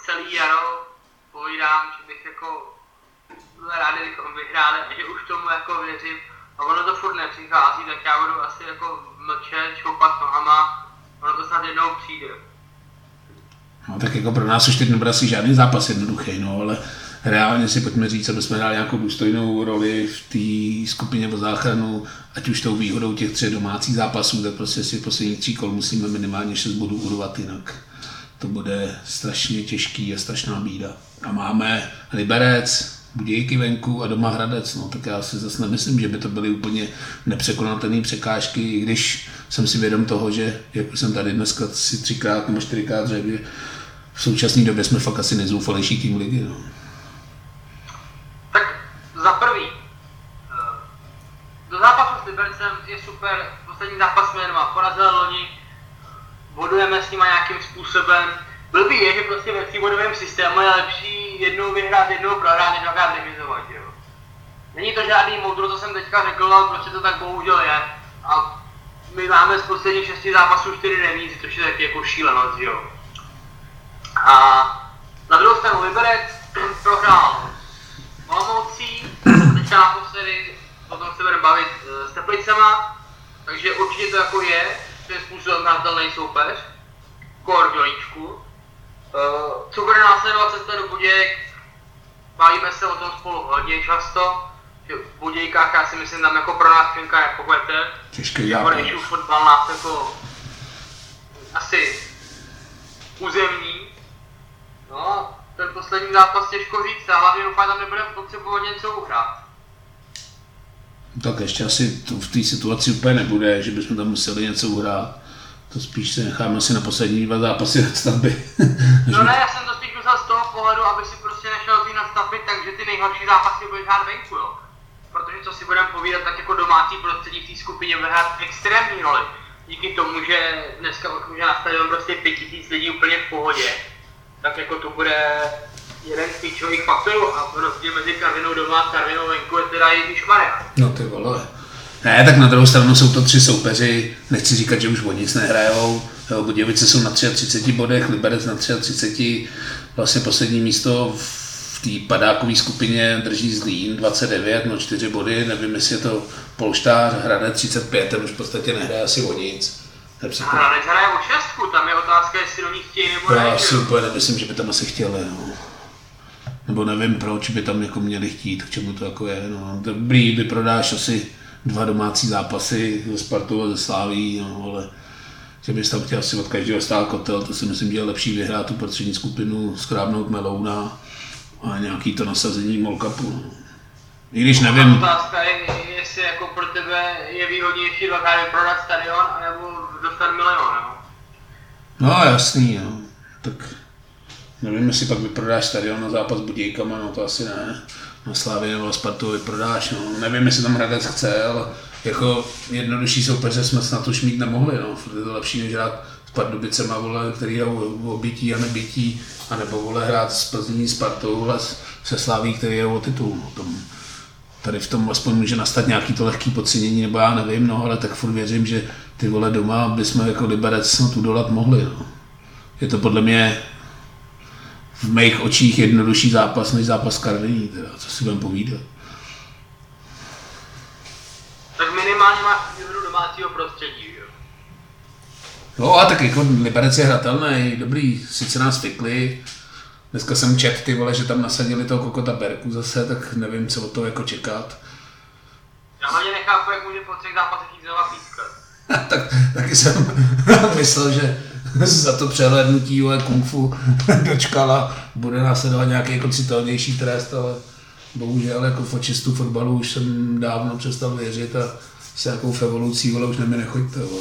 celý jaro povídám, že bych jako rádi bychom vyhráli a že už tomu jako věřím a ono to furt nepřichází, tak já budu asi jako mlčet, šoupat nohama, ono to snad jednou přijde.
No tak jako pro nás už teď nebude asi žádný zápas jednoduchý, no ale reálně si pojďme říct, aby jsme hráli nějakou důstojnou roli v té skupině o záchranu, ať už tou výhodou těch třech domácích zápasů, tak prostě si posledních tří kol musíme minimálně šest bodů urvat, jinak to bude strašně těžký a strašná bída. A máme Liberec, Budějky venku a doma Hradec, no tak já si zase nemyslím, že by to byly úplně nepřekonatelné překážky, i když jsem si vědom toho, že jak jsem tady dneska si třikrát nebo čtyřikrát řekl, že v současné době jsme fakt asi nejzoufalejší tým ligy. No.
Tak za prvý, do zápasu s Libercem je super, poslední zápas jsme doma porazili loni, bodujeme s nima nějakým způsobem. Blbý je, že prostě ve tříbodovém systému je lepší jednou vyhrát, jednou prohrát, než dvakrát remizovat, jo. Není to žádný moudro, co jsem teďka řekl, ale prostě to tak bohužel je. A my máme z posledních šesti zápasů čtyři remízy, což je taky jako šílenost, jo. A na druhou stranu Liberec prohrál Olomoucí, teďka naposledy, o tom se budeme bavit s Teplicema, takže určitě to jako je, svým způsobem hratelný soupeř, kor v dělíčku. Uh, co bude následovat cesta do Budějek, bavíme se o tom spolu hodně často, že v Budějkách já si myslím tam jako pro nás chvilka nepogledete.
Těžký zápas.
Když už fotbal nás jako asi územní. No, ten poslední zápas těžko říct, a hlavně doufám, tam nebudeme potřebovat něco uhrát.
Tak ještě asi to v té situaci úplně nebude, že bychom tam museli něco uhrát. To spíš se necháme asi na poslední dva zápasy na stavby.
No ne, já jsem to spíš myslel z toho pohledu, aby si prostě nešel ty nastavit, takže ty nejhorší zápasy budeš hrát venku, jo. Protože co si budeme povídat, tak jako domácí prostředí v té skupině bude hrát extrémní roli. Díky tomu, že dneska může na stadion prostě pět tisíc lidí úplně v pohodě, tak jako to bude jeden z klíčových faktorů a rozdíl mezi Karvinou doma a Karvinou venku je teda ježišmarja.
No ty vole. Ne, tak na druhou stranu jsou to tři soupeři, nechci říkat, že už o nic nehrajou. Budějovice jsou na třiceti třech bodech, Liberec na třiceti třech, vlastně poslední místo v té padákové skupině drží Zlín dvacet devět, no čtyři body, nevím, jestli je to Polštář, Hradec třicet pět, ten už v podstatě nehraje asi o nic.
A Hradec hraje o šestku, tam je otázka, jestli do ní chtějí nebo ne.
Já si úplně nemyslím, že by tam asi chtěli, no. Nebo nevím, proč by tam jako měli chtít, k čemu to jako je, no. Dobrý, vyprodáš asi dva domácí zápasy ze Spartou a ze Sláví, no, ale že bys tam chtěl si od každého stál kotel, to si myslím, že je lepší vyhrát tu prostřední skupinu, skrábnout Melouna a nějaký to nasazení Molkapu. No. I když nevím.
Otázka je, jestli jako pro tebe je výhodnější dvakrát vyprodat stadion, anebo dostat milion, no?
No jasný, no. Tak nevím, jestli pak vyprodáš stadion na zápas s Budějkama, no to asi ne. Na Slávě nebo Spartu vyprodáš, no. Nevím, jestli tam Hradec chce, ale jako jednodušší soupeře jsme snad už mít nemohli, no. Furt je to lepší, než hrát s Pardubicema, vole, který je o bytí a nebytí, anebo vole hrát s Plzní, Spartou, vole, se Sláví, který je o titul. No. Tom, tady v tom aspoň může nastat nějaký to lehký podcenění, nebo já nevím, no, ale tak furt věřím, že ty vole doma bychom jako Liberec snad udolat mohli, no. Je to podle mě v mých očích jednodušší zápas než zápas Karviní, teda, co si budeme povídat.
Tak minimálně máš výhodu domácího prostředí, jo?
No a tak jako Liberec je hratelný, dobrý, sice nás fikli. Dneska jsem čet, ty vole, že tam nasadili toho Kokota Berku zase, tak nevím, co od toho jako čekat.
Já hlavně nechápu, jak může po třech zápasech jít znova pískat.
tak, taky jsem myslel, že za to přehlédnutí kung fu dočkala, bude následovat nějaký jako citelnější trest, ale bohužel jako fočistu fotbalu už jsem dávno přestal věřit a s nějakou evolucí, vole, už na mě nechoďte, vole.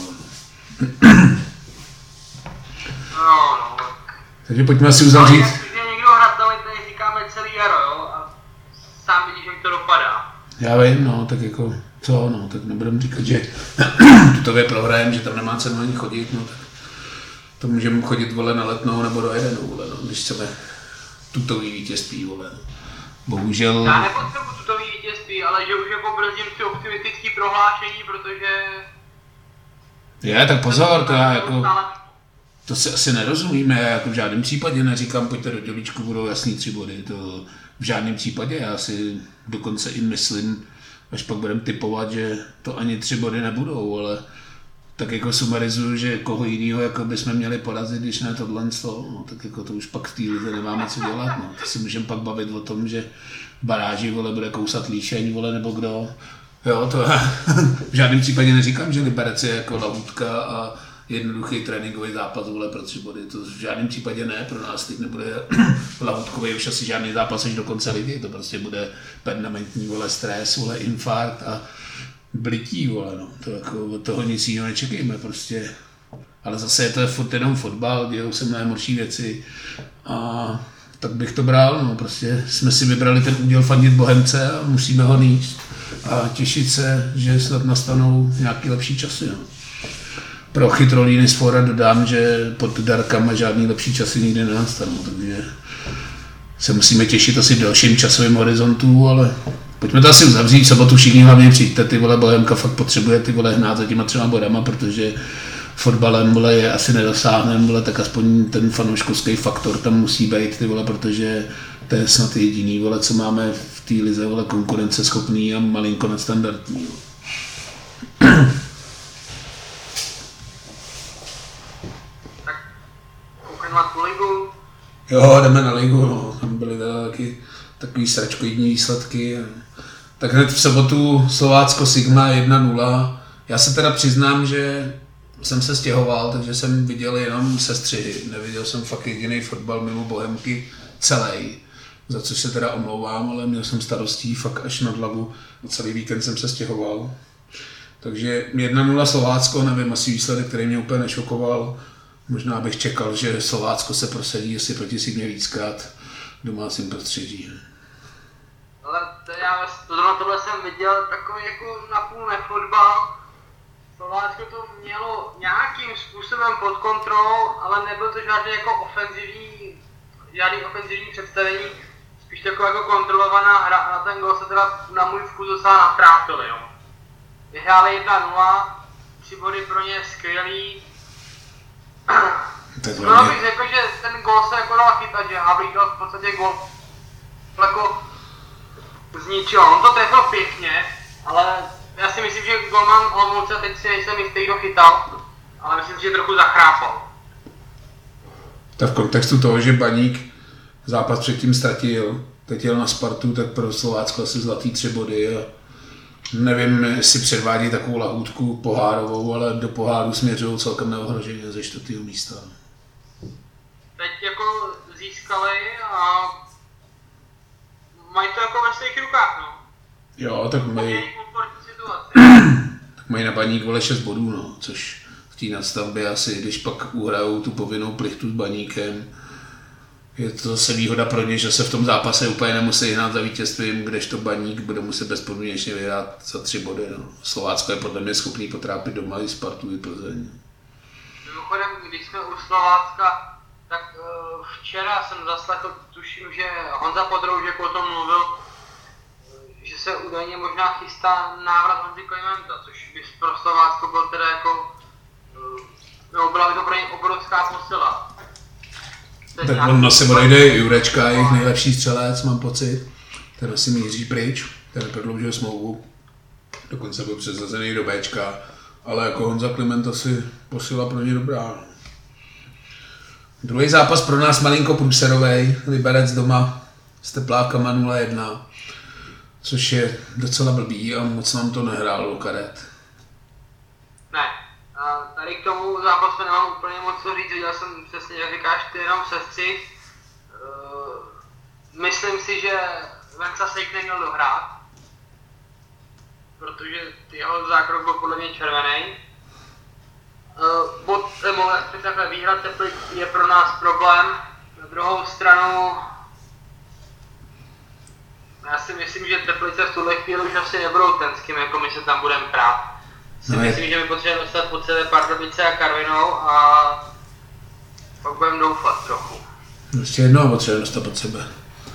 No, no.
Takže pojďme si uzavřít.
No, když je někdo hratelný, tady říkáme celý jaro, jo, a sám vidíš, jak to dopadá.
Já vím, no, tak jako, co, no, tak nebudem říkat, že tutově prohrajem, že tam nemá cenu ani chodit, no, tak to můžeme chodit, vole, na Letnou nebo do Edenu, vole, no, když chceme tutový vítězství, vole, no. Bohužel.
Já nepotřebuji tutový vítězství, ale že už jako brzdím si optimistický prohlášení, protože...
Je, tak pozor, to já jako... To si asi nerozumíme, já jako v žádném případě neříkám, pojďte do dělíčku, budou jasný tři body, to v žádném případě, já si dokonce i myslím, až pak budeme typovat, že to ani tři body nebudou, ale tak jako sumarizuju, že koho jinýho jako bychom měli porazit, když ne tohle slovo, no, tak jako to už pak v té lize nemáme co dělat, no. To si můžeme pak bavit o tom, že v baráži, vole, bude kousat Líšeň, vole, nebo kdo. Jo, to já v žádném případě neříkám, že Liberec je jako lahůdka a jednoduchý tréninkový zápas, vole, pro tři body. To v žádném případě ne, pro nás teď nebude lahůdkový už asi žádný zápas až do konce ligy, to prostě bude permanentní, vole, stres, vole, infarkt a blití, vole, no. To jako od toho nic jiného nečekejme, prostě. Ale zase je to furt jenom fotbal, dějou se mnohem horší věci a tak bych to bral, no, prostě jsme si vybrali ten úděl fandit Bohemce a musíme ho níst a těšit se, že snad nastanou nějaký lepší časy, no. Pro chytrolíny z fora dodám, že pod Darkama žádný lepší časy nikdy nenastanou, takže se musíme těšit asi v dalším časovém horizontu, ale pojďme to asi uzavřít, v sobotu všichni hlavně přijďte, ty vole, Bohemka fakt potřebuje ty vole hnát za těma třema bodama, protože fotbalem, vole, je asi nedosáhneme, vole, tak aspoň ten fanouškovský faktor tam musí být, ty vole, protože to je snad jediný, vole, co máme v té lize, vole, konkurenceschopný a malinko nadstandardní.
Tak koukám na tu ligu.
Jo, jdeme na ligu, no. Tam byly teda taky takový sračkoidní výsledky. Tak hned v sobotu Slovácko Sigma jedna nula. Já se teda přiznám, že jsem se stěhoval, takže jsem viděl jenom sestřihy. Neviděl jsem fakt jediný fotbal mimo Bohemky celý, za což se teda omlouvám, ale měl jsem starostí fakt až nad hlavu. Celý víkend jsem se stěhoval. Takže jedna nula Slovácko, nevím, asi výsledek, který mě úplně nešokoval. Možná bych čekal, že Slovácko se prosadí jestli proti Sigmě víckrát v domácím prostředí.
Ale to já zrovna tohle jsem viděl takový jako napůl nefotbal. Slovácko to mělo nějakým způsobem pod kontrolou, ale nebyl to žádný jako ofenzivní, žádný ofenzivní představení, spíš taková jako kontrolovaná hra a na ten gol se teda na můj vkus docela natrápili, jo. Vyhráli jedna nula, tři body pro ně skvělý. No bych řekl, že ten gol se jako dal chytat, že Havlík dal v podstatě gol jako zničil. On to trefil pěkně, ale já si myslím, že golman Olomouce, teď si nejsem jistý, kdo chytal, ale myslím, že trochu zachrápal.
Tak v kontextu toho, že Baník zápas předtím ztratil, teď jel na Spartu, tak pro Slovácko asi zlatý tři body a nevím, jestli předvádí takovou lahůdku pohárovou, ale do poháru směřují celkem neohroženě ze čtvrtého místa.
Teď jako získali a mají to jako ve svých rukách, no.
Jo, tak mají, tak mají na Baník, vole, šest bodů, no, což v té nadstavbě asi, když pak uhrajou tu povinnou plichtu s Baníkem, je to zase výhoda pro ně, že se v tom zápase úplně nemusí hrát za vítězstvím, kdežto Baník bude muset bezpodmínečně vyhrát za tři body. No. Slovácko je podle mě schopný potrápit doma i Spartu i Plzeň.
Mimochodem, když jsme u Slovácka, tak uh, včera jsem zaslechl, tuším, že Honza Podroužek o tom mluvil, že se údajně možná chystá návrat Honzy Klimenta, což by pro Slovácko byl teda jako, uh, no, byla by to pro ně obrovská posila.
Tak on na sebe dojde Jurečka, jejich nejlepší střelec, mám pocit. Ten asi míří pryč, ten prodloužil smlouvu. Dokonce byl předzazený do Bčka. Ale jako Honza Kliment asi posila pro ně dobrá. Druhý zápas pro nás malinko průserovej. Liberec doma s Teplákama nula jedna. Což je docela blbý a moc nám to nehrálo karet.
Ne. A tady k tomu zápasu nemám úplně moc co říct, viděl jsem přesně, jak říkáš ty, jenom sestřih. Uh, myslím si, že Venca Sejk neměl dohrát, protože jeho zákrok byl podle mě červený. Uh, bod, nebo takhle výhra Teplic je pro nás problém. Na druhou stranu, já si myslím, že Teplice v tuhle chvíli už asi nebudou ten, s kým jako my se tam budeme prát. Si no myslím, je... že my potřebujeme dostat pod sebe Pardubice a Karvinou a pak budeme doufat trochu.
Ještě jednou potřebujeme dostat pod sebe.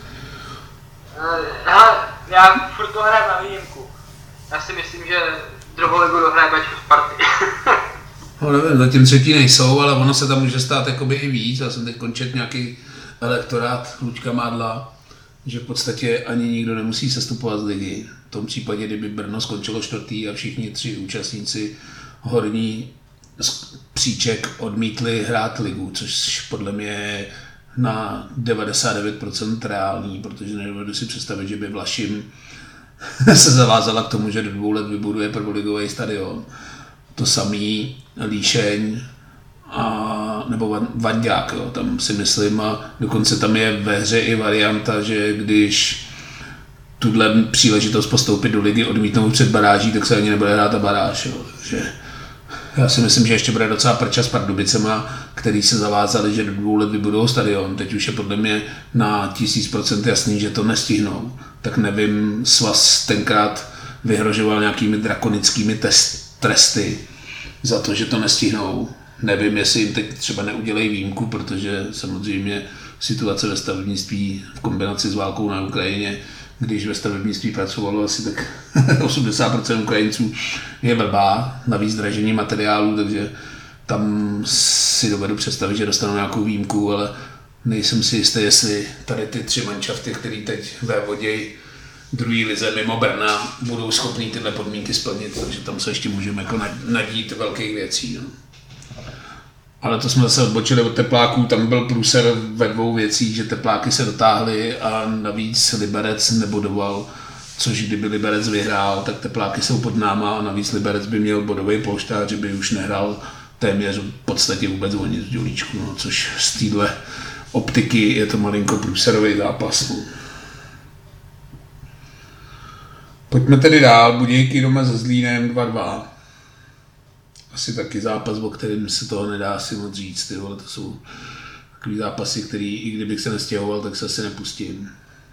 Hele, já furt to hraju na výjimku. Já si myslím, že druhou ligu dohraje Bčko Sparty.
No nevím, zatím třetí nejsou, ale ono se tam může stát jakoby i víc. Já jsem teď končet nějaký elektorát Luďka Mádla, že v podstatě ani nikdo nemusí sestupovat z ligy. V tom případě, kdyby Brno skončilo čtvrtý a všichni tři účastníci Horní příček odmítli hrát ligu, což podle mě je na devadesát devět procent reálný, protože nedovedu si představit, že by Vlašim se zavázala k tomu, že do dvou let vybuduje prvoligový stadion. To samý Líšeň a, nebo Vanďák, jo, tam si myslím, a dokonce tam je ve hře i varianta, že když tuhle příležitost postoupit do ligy odmítnou před baráží, tak se ani nebude hrát ta baráž. Jo. Takže já si myslím, že ještě bude docela prča s Pardubicema, který se zavázali, že do dvou let vybudou stadion. Teď už je podle mě na tisíc procent jasný, že to nestihnou. Tak nevím, svaz tenkrát vyhrožoval nějakými drakonickými test, tresty za to, že to nestihnou. Nevím, jestli jim teď třeba neudělají výjimku, protože samozřejmě situace ve stavebnictví v kombinaci s válkou na Ukrajině, když ve stavebnictví pracovalo asi tak osmdesát procent Ukrajinců, je blbá, navíc dražení materiálů, takže tam si dovedu představit, že dostanou nějakou výjimku, ale nejsem si jistý, jestli tady ty tři manšafty, které teď vévodějí druhý lize mimo Brna, budou schopní tyhle podmínky splnit, takže tam se ještě můžeme jako nadít velkých věcí. No. Ale to jsme zase odbočili od tepláků, tam byl průser ve dvou věcích, že tepláky se dotáhly a navíc Liberec nebodoval, což kdyby Liberec vyhrál, tak tepláky jsou pod náma a navíc Liberec by měl bodový polštář, že by už nehrál téměř v podstatě vůbec o nic v dělíčku, no, což z téhle optiky je to malinko průserový zápas. No. Pojďme tedy dál, Budějky doma se Zlínem dva dva. Asi taky zápas, o kterém se toho nedá asi moc říct, ty vole, to jsou takový zápasy, který i kdybych se nestěhoval, tak se asi nepustím.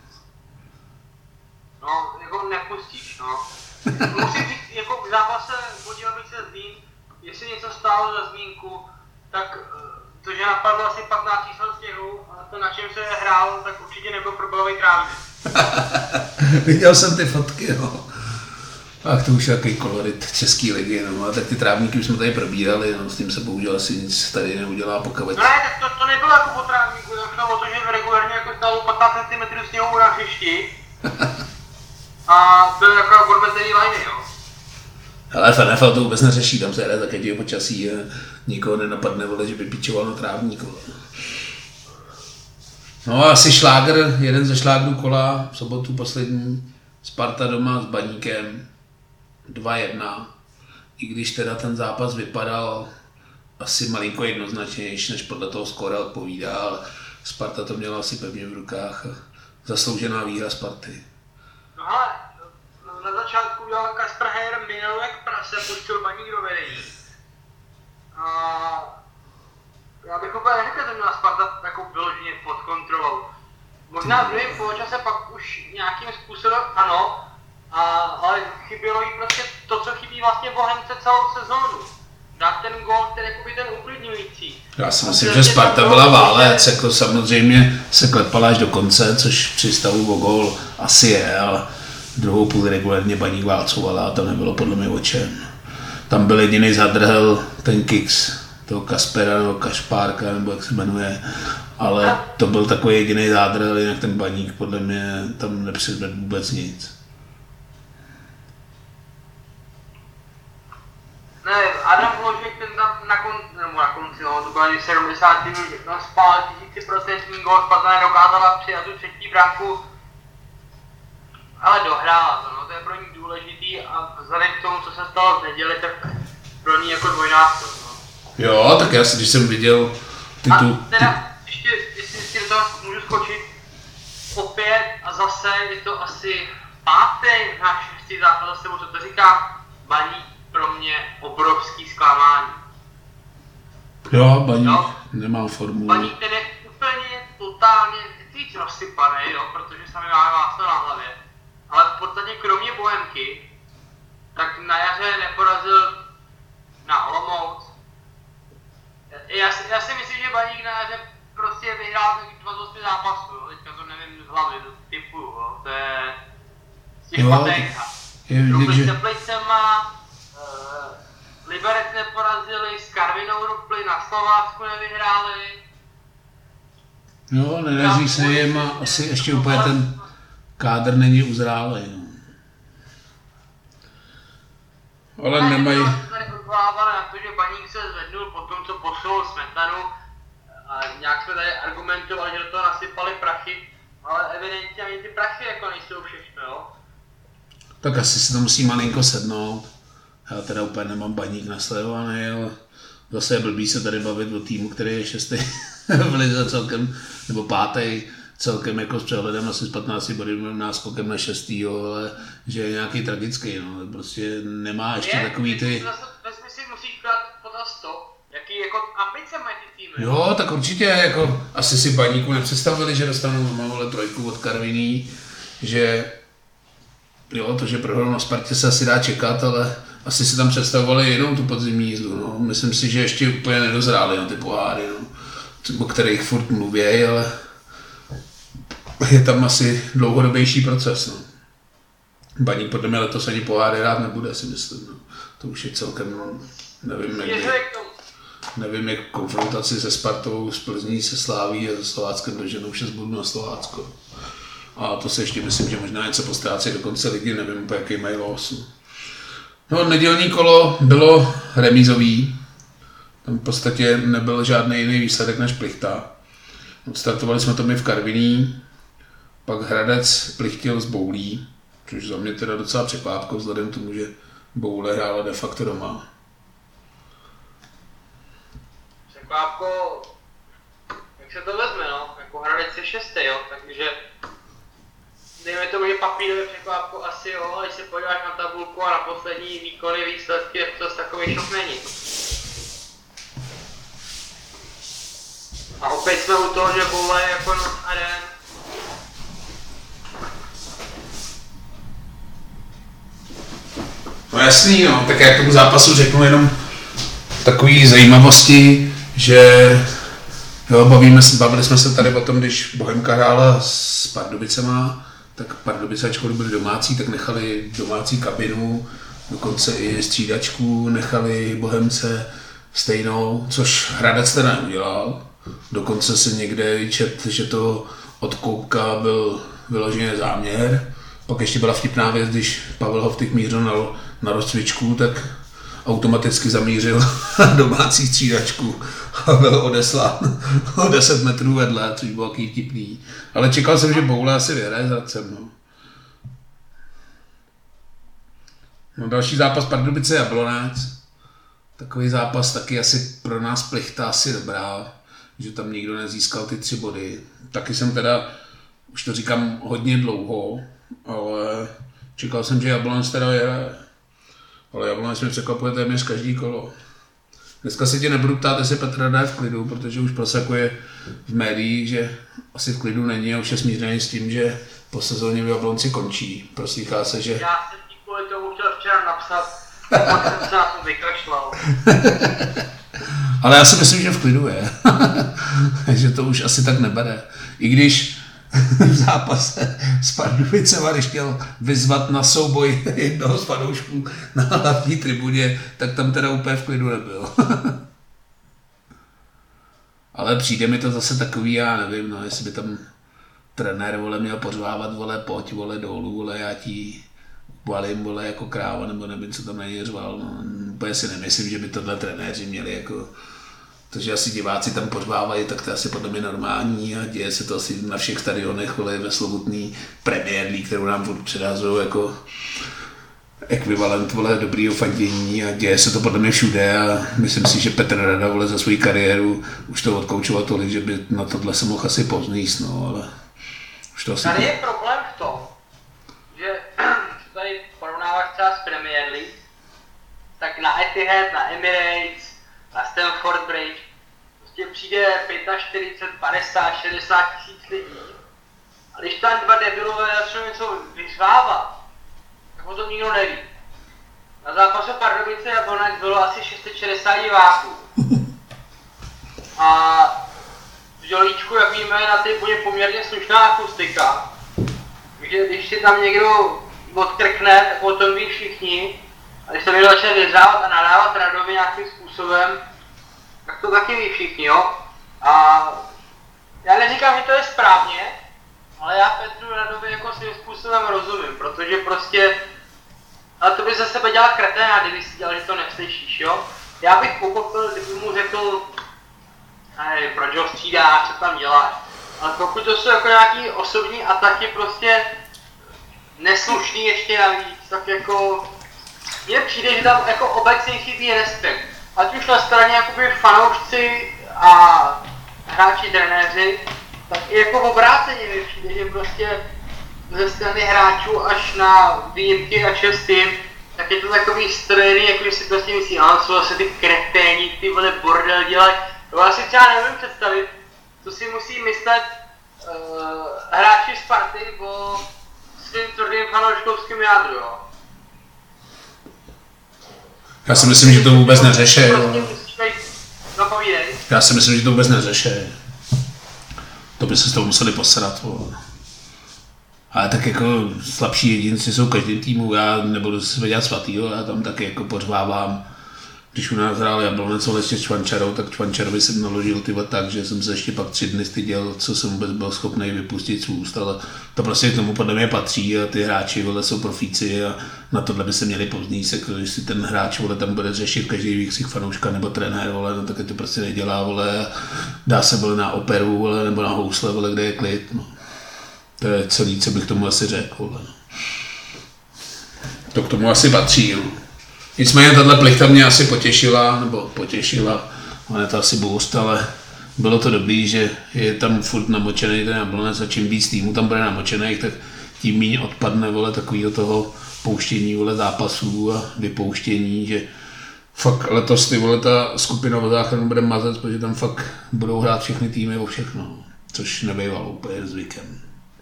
No, jako nepustíš, no. Musím říct, jako v zápase Budějovice se Zlín, jestli něco stálo za zmínku, tak to, že napadlo asi patnáct čísel stěhu a to, na čem se hrál, tak určitě nebyl fotbalový trávník.
Viděl jsem ty fotky, no. Ach, to už je takový kolorit české ligy, no, a tak ty trávníky už jsme tady probírali, no, s tím se bohužel asi nic tady neudělá, pokud...
No ne, tak to, to nebylo jako po trávníku, tam šlo o to, že regulárně jako stalo patnáct centimetrů sněhu na hřišti a byl jako odmezený liny, jo.
Ale F N F L to vůbec neřeší, tam se jde také díl počasí a nikoho nenapadne, vole, že by pičoval na trávníku. No a asi šláger, jeden ze šlágrů kola, v sobotu poslední, Sparta doma s Baníkem, dva jedna. I když teda ten zápas vypadal asi malinko jednoznačnější, než podle toho skóre odpovídá, ale Sparta to měla asi pevně v rukách. Zasloužená výhra Sparty.
No ale na začátku udělal Kasper Heyer minulý jak prase, pustil Baník do vedení. A já bych úplně neřekl, že měla Sparta jako vyloženě pod kontrolou. Možná v druhém poločase pak už nějakým způsobem ano, a, ale chybělo jí prostě to, co chybí vlastně Bohemce celou sezónu. Dát ten gól, který je ten uklidňující.
Já si myslím, že Sparta byla válec, jako samozřejmě se klepala až do konce, což při stavu o gól asi je, ale druhou půl regulérně Baník válcovala a to nebylo podle mě o čem. Tam byl jediný zadrhel ten Kicks, toho Kaspera nebo Kašpárka, nebo jak se jmenuje, ale to byl takový jediný zádrhel, jinak ten Baník podle mě tam nepředvedl vůbec nic.
Ne, Adam Vložek ten tam na konci, nebo na konci, no, to bylo sedmdesát minut, no, spál tisíc procent gól, Sparta nedokázala přijat tu třetí branku, ale dohrála to, no, to je pro ní důležitý a vzhledem k tomu, co se stalo v neděli, tak pro ní jako dvojnásob, no.
Jo, tak já si, když jsem viděl ty tu...
A teda, ještě, jestli si do toho můžu skočit, opět a zase je to asi pátý náš šestý zápas za sebou, co to říká, Baník pro mě obrovský zklamání.
Jo, Baník no, nemá formu.
Baník ten je úplně totálně víc rozsypaný, jo, protože sami máme máslo na hlavě. Ale v podstatě kromě Bohemky, tak na jaře neporazil na Olomouc. Já si, já si myslím, že Baník na jaře prostě vyhrál dvacet osm zápasů, jo, teďka to nevím z hlavy, to typu, jo, to je z těch patenka. Rubli s Teplicema, uh, Liberec neporazili, s Karvinou rupli, na Slovácku nevyhráli.
Jo, nedaří se jim a asi ještě úplně ten kádr není uzrálej. No. Ale
ne,
nemají...
se tady odvolávali na to, že Baník se zvednul po tom, co poslal Smetanu. A nějak jsme tady argumentovali, že do toho nasypali prachy, ale evidentně ani ty prachy jako nejsou všechno, jo.
Tak asi si to musí malinko sednout. Já teda úplně nemám Baník nasledovaný, ale zase je blbý se tady bavit o týmu, který je šestý v lize celkem, nebo pátý celkem jako s přehledem asi s patnácti bodovým náskokem na šestýho, ale že je nějaký tragický, no, prostě nemá ještě je, takový ty...
Vezmi si, musíš brát potaz to, jaký jako ambice mají ty týmy.
Jo, tak určitě, jako asi si Baníku nepředstavili, že dostanou mamole trojku od Karviní, že jo, to, že prohrál na Spartě se asi dá čekat, ale asi si tam představovali jenom tu podzimní jízdu, no. Myslím si, že ještě úplně nedozráli na ty poháry, no, o kterých furt mluví, ale je tam asi dlouhodobější proces, no. Baník podle mě letos ani poháry rád nebude, si myslím, no. To už je celkem, nevím, jak nevím, jak konfrontaci se Spartou, s Plzní, se Sláví a se Slováckem doženou šest bodů na Slovácko. A to se ještě myslím, že možná něco postrácí do konce ligy, nevím úplně, jaký mají los. No, nedělní kolo bylo remízový. Tam v podstatě nebyl žádný jiný výsledek než Plichta. Odstartovali jsme to my v Karviní, pak Hradec plichtil z Boulí, což za mě teda docela překvápko, vzhledem k tomu, že Boule hrála de facto doma.
Překvápko, jak se to vezme, no, jako Hradec je šestý, jo, takže dejme tomu, že papírově překvápko asi jo, ale když se podíváš na tabulku a na poslední výkony, výsledky, to takový šok není. A opět jsme u toho, že Boule je jako noc a den.
No jasný, no, tak já k tomu zápasu řeknu jenom takový zajímavosti, že jo, bavíme, bavili jsme se tady o tom, když Bohemka hrála s Pardubicema, tak Pardubice, ačkoliv byli domácí, tak nechali domácí kabinu, dokonce i střídačku nechali Bohemce stejnou, což Hradec teda neudělal. Dokonce se někde čet, že to od Koupka byl vyložený záměr. Pak ještě byla vtipná věc, když Pavel Hovtyk mířil na, na rozcvičku, tak automaticky zamířil domácí střídačku a byl odeslán o deset metrů vedle, což bylo takový vtipný. Ale čekal jsem, že Boule asi vyhraje s Hradcem. No. No, další zápas Pardubice Jablonec. Takový zápas taky asi pro nás Plichta asi dobrá, že tam nikdo nezískal ty tři body. Taky jsem teda, už to říkám hodně dlouho, ale čekal jsem, že Jablonec teda vyhraje. Ale Jablonec mi překvapuje téměř každý kolo. Dneska se tě nebudu ptát, jestli Petr dá v klidu, protože už prosakuje v médiích, že asi v klidu není a už je smířený s tím, že po sezóně v Jablonci končí. Proslýchá se, že...
Já jsem ti kvůli tomu chtěl včera napsat, pak jsem se na to vykašlal.
Ale já si myslím, že v klidu je. Že to už asi tak nebere. I když v zápase s Pardubicema, když chtěl vyzvat na souboj jednoho z fanoušků na hlavní tribuně, tak tam teda úplně v klidu nebyl. Ale přijde mi to zase takový, já nevím, no, jestli by tam trenér vole měl pořvávat, vole, pojď, vole, dolů, vole, já ti valím, vole, jako kráva, nebo nevím, co tam na něj řval, no, úplně si nemyslím, že by tohle trenéři měli jako... To, že asi diváci tam pořvávají, tak to je asi podle mě normální a děje se to asi na všech stadionech, vole, ve slovutný Premier League, kterou nám furt předházují jako ekvivalent, vole, dobrýho fandění a děje se to podle mě všude a myslím si, že Petr Rada, vole, za svou kariéru už to odkoučoval tolik, že by na tohle se mohl asi pozníst, no, ale už to asi...
Tady je problém v tom, že tady porovnáváš třeba s Premier League, tak na Etihad, na Emirates, na Stamford Bridge, prostě přijde čtyřicet pět, padesát, šedesát tisíc lidí. A když tam dva debilové začnou něco vyzvávat, tak o tom nikdo neví. Na zápasu Pardubice Jablonec bylo asi šest set šedesát diváků. A v Žolíčku, jak víme, na té bude poměrně slušná akustika. Takže když si tam někdo odkrkne, tak o tom ví všichni. A když se mi začne vyhřávat a nadávat Radovi nějakým způsobem, tak to taky ví všichni, jo. A já neříkám, že to je správně, ale já Petru Radovi jako svým způsobem rozumím, protože prostě, ale to by ze sebe dělal kreténa, kdyby si dělal, že to neslyšíš, jo. Já bych pochopil, kdyby mu řekl, nevím, proč ho střídáš, co tam děláš. Ale pokud to jsou jako nějaký osobní ataky prostě neslušný ještě navíc, tak jako mně přijde, že tam jako obecně chybí respekt. Ať už na straně jakoby fanoušci a hráči, trenéři, tak i jako obráceně mi přijde, že prostě ze strany hráčů až na výjimky a čestým, tak je to takový strojený, jako si prostě myslí, ale co se ty kreténi, ty vole bordel dělají. To já si třeba nevím představit, co si musí myslet uh, hráči Sparty o svým tvrdým fanouškovským jádru, jo.
Já si myslím, že to vůbec neřeší.
Napovídej.
Já si myslím, že to vůbec neřeší. To by se s toho museli posrat. Ale tak jako slabší jedinci jsou každým týmu, já nebudu si dělat svatýho, já tam taky jako pořvávám. Když u nás hrál Jablonec ještě s Čvančarou, tak Čvančarovi jsem naložil tyhle tak, že jsem se ještě pak tři dny styděl, co jsem vůbec byl schopný vypustit z úst, ale to prostě k tomu podle mě patří a ty hráči vole, jsou profíci a na tohle by se měli povznít, jako, když si ten hráč vole, tam bude řešit každý výkřik fanouška nebo trenér, vole, no, tak to prostě nedělá, vole, dá se vole, na operu vole, nebo na housle, vole, kde je klid. No. To je celý, co bych tomu asi řekl. Vole. To k tomu asi patří. No. Nicméně tahle plichta mě asi potěšila, nebo potěšila, ale je to asi boost, ale bylo to dobrý, že je tam furt namočený ten Jablonec a čím víc týmu tam bude namočených, tak tím méně odpadne vole, takového toho pouštění vole, zápasů a vypouštění, že fakt letos ty vole, ta skupina o záchranu bude mazat, protože tam fakt budou hrát všechny týmy o všechno, což nebývalo úplně zvykem.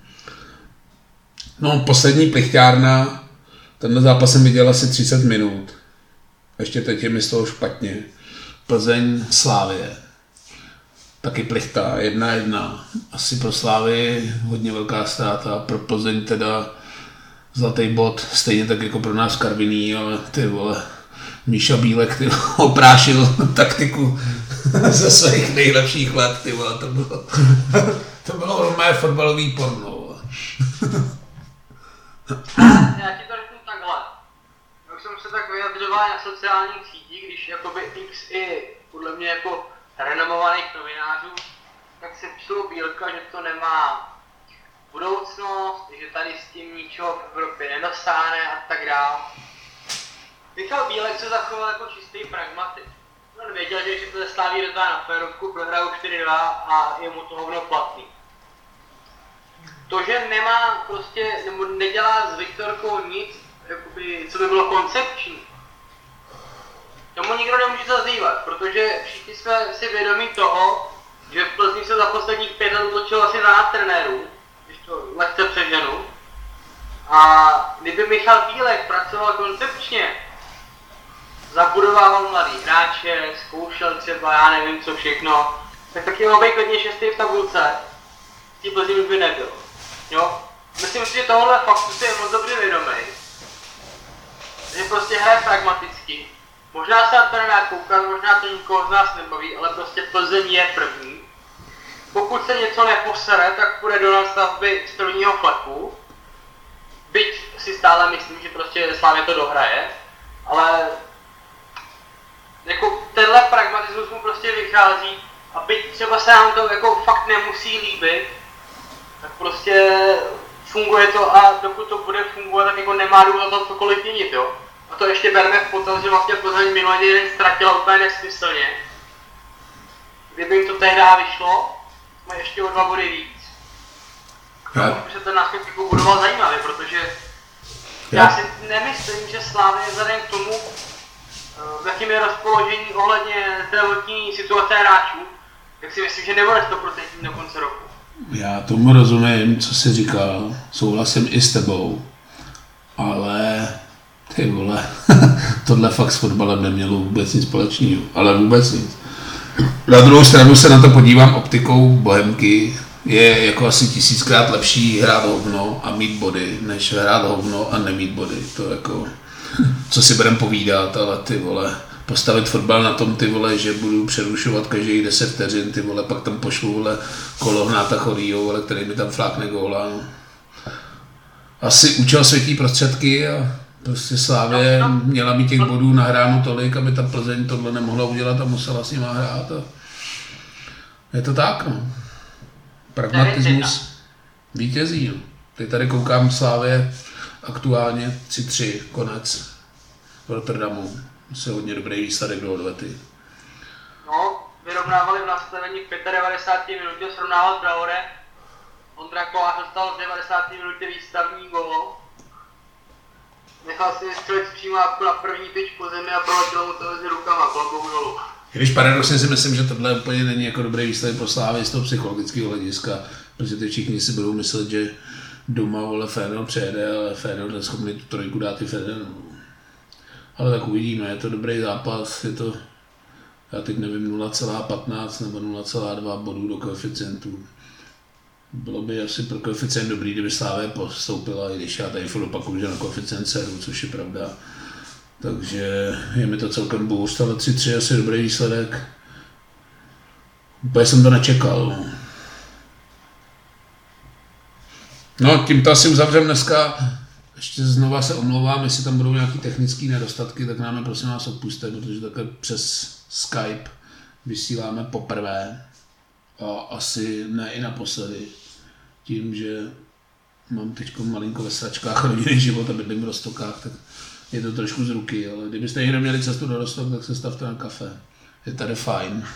No, poslední plichťárna, tenhle zápas jsem viděl asi třicet minut. Ještě teď je mi z toho špatně. Plzeň, Slavie. Taky plichta, jedna jedna. Asi pro Slavii hodně velká ztráta, pro Plzeň teda zlatý bod, stejně tak jako pro nás Karviný, ale ty vole, Míša Bílek ty oprášil taktiku ze svých nejlepších let, ty vole, to bylo, to bylo mé fotbalový porno.
Já ti to řeknu takhle. Já už jsem se tak vyjadřoval na sociálních sítích, když jakoby X i podle mě jako renomovaných novinářů, tak se psalo Bílka, že to nemá budoucnost, že tady s tím ničeho v Evropě nedosáhne a tak dále. Michal Bílek se zachoval jako čistý pragmatik. On věděl, že když to ze Slaví dostane na férovku, prohrál čtyři dva a je mu to hovno platný. To, že nemá prostě, nebo nedělá s Viktorkou nic, jakoby, co by bylo koncepční, tomu nikdo nemůže zazývat, protože všichni jsme si vědomí toho, že v Plzni se za posledních pět let utočilo asi dvanáct trenérů, když to lehce přeženu. A kdyby Michal Bílek pracoval koncepčně, zabudovával mladý hráče, zkoušel třeba, já nevím co všechno, tak taky mohl být klidně šestý v tabulce, tý Plzni už by nebyl. Jo? Myslím si, že tohle faktu si je moc dobře vědomý. Že prostě hraje pragmaticky. Možná se na to nedá koukat, možná to nikoho z nás nebaví, ale prostě Plzeň je první. Pokud se něco neposere, tak půjde do nastavby z prvního fleku. Byť si stále myslím, že prostě Slavě to dohraje, ale jako tenhle pragmatismus mu prostě vychází a byť třeba se nám to jako fakt nemusí líbit, tak prostě funguje to a dokud to bude fungovat, tak jako nemá důvod to cokoliv měnit, jo. A to ještě berme v potaz, že vlastně Plzeň minulý týden ztratila úplně nesmyslně. Kdyby jim to tehdy vyšlo, jsme ještě o dva body víc. A to by se ten náskok jako budoval zajímavě, protože já si nemyslím, že Slavie vzhledem k tomu, v jakým je rozpoložení ohledně zdravotní situace hráčů, tak si myslím, že nebude sto procent do konce roku.
Já tomu rozumím, co jsi říkal, souhlasím i s tebou, ale ty vole, tohle fakt s fotbalem nemělo vůbec nic společného, ale vůbec nic. Na druhou stranu se na to podívám optikou Bohemky, je jako asi tisíckrát lepší hrát hovno a mít body, než hrát hovno a nemít body, to jako co si budeme povídat, ale ty vole, postavit fotbal na tom, ty vole, že budu přerušovat každých deset vteřin, ty vole, pak tam pošlu, vole, Kolohnáta chorýho, vole, který mi tam flákne góla, no. Asi účel světí prostředky a prostě Slávě
no, no.
měla mít těch bodů nahráno tolik, aby ta Plzeň tohle nemohla udělat a musela s nima hrát. A je to tak, no. Pragmatismus vítězí, no. Teď tady koukám Slávě aktuálně tři tři, konec v Rotterdamu. Asi hodně dobrý výsledek do odvety.
No, vyrovnávali v nastavení v devadesátý pátý minutě, srovnával Traore. Ondra Kolář dostal v devadesáté minutě výstavní gól. Nechal si vystřelit přímávku na první tyč po zemi a proletěl mu to mezi rukama, klobouk dolů.
Když paradoxně si myslím, že tohle úplně není jako dobrý výsledek pro Slávy z toho psychologického hlediska, protože ty všichni si budou myslet, že doma, vole, Fénor přejede, ale Fénor je schopný tu trojku dát i Fénor. Ale tak uvidíme, je to dobrý zápas, je to, já teď nevím, nula celá patnáct nebo nula celá dva bodů do koeficientu. Bylo by asi pro koeficient dobrý, kdyby Slávě postoupila, i když já tady furt opakuju, že na koeficient sedu, což je pravda. Takže je mi to celkem boost, ale tři tři asi dobrý výsledek. Úplně jsem to nečekal. No, tím to asi uzavřem dneska. Ještě znova se omlouvám, jestli tam budou nějaké technické nedostatky, tak nám je prosím vás odpuste, protože takhle přes Skype vysíláme poprvé a asi ne i naposledy. Tím, že mám teď malinko ve sračkách rodinný život a bydlím v Roztokách, tak je to trošku z ruky, ale kdybyste někdo měli cestu do Roztok, tak se stavte na kafe. Je tady fajn.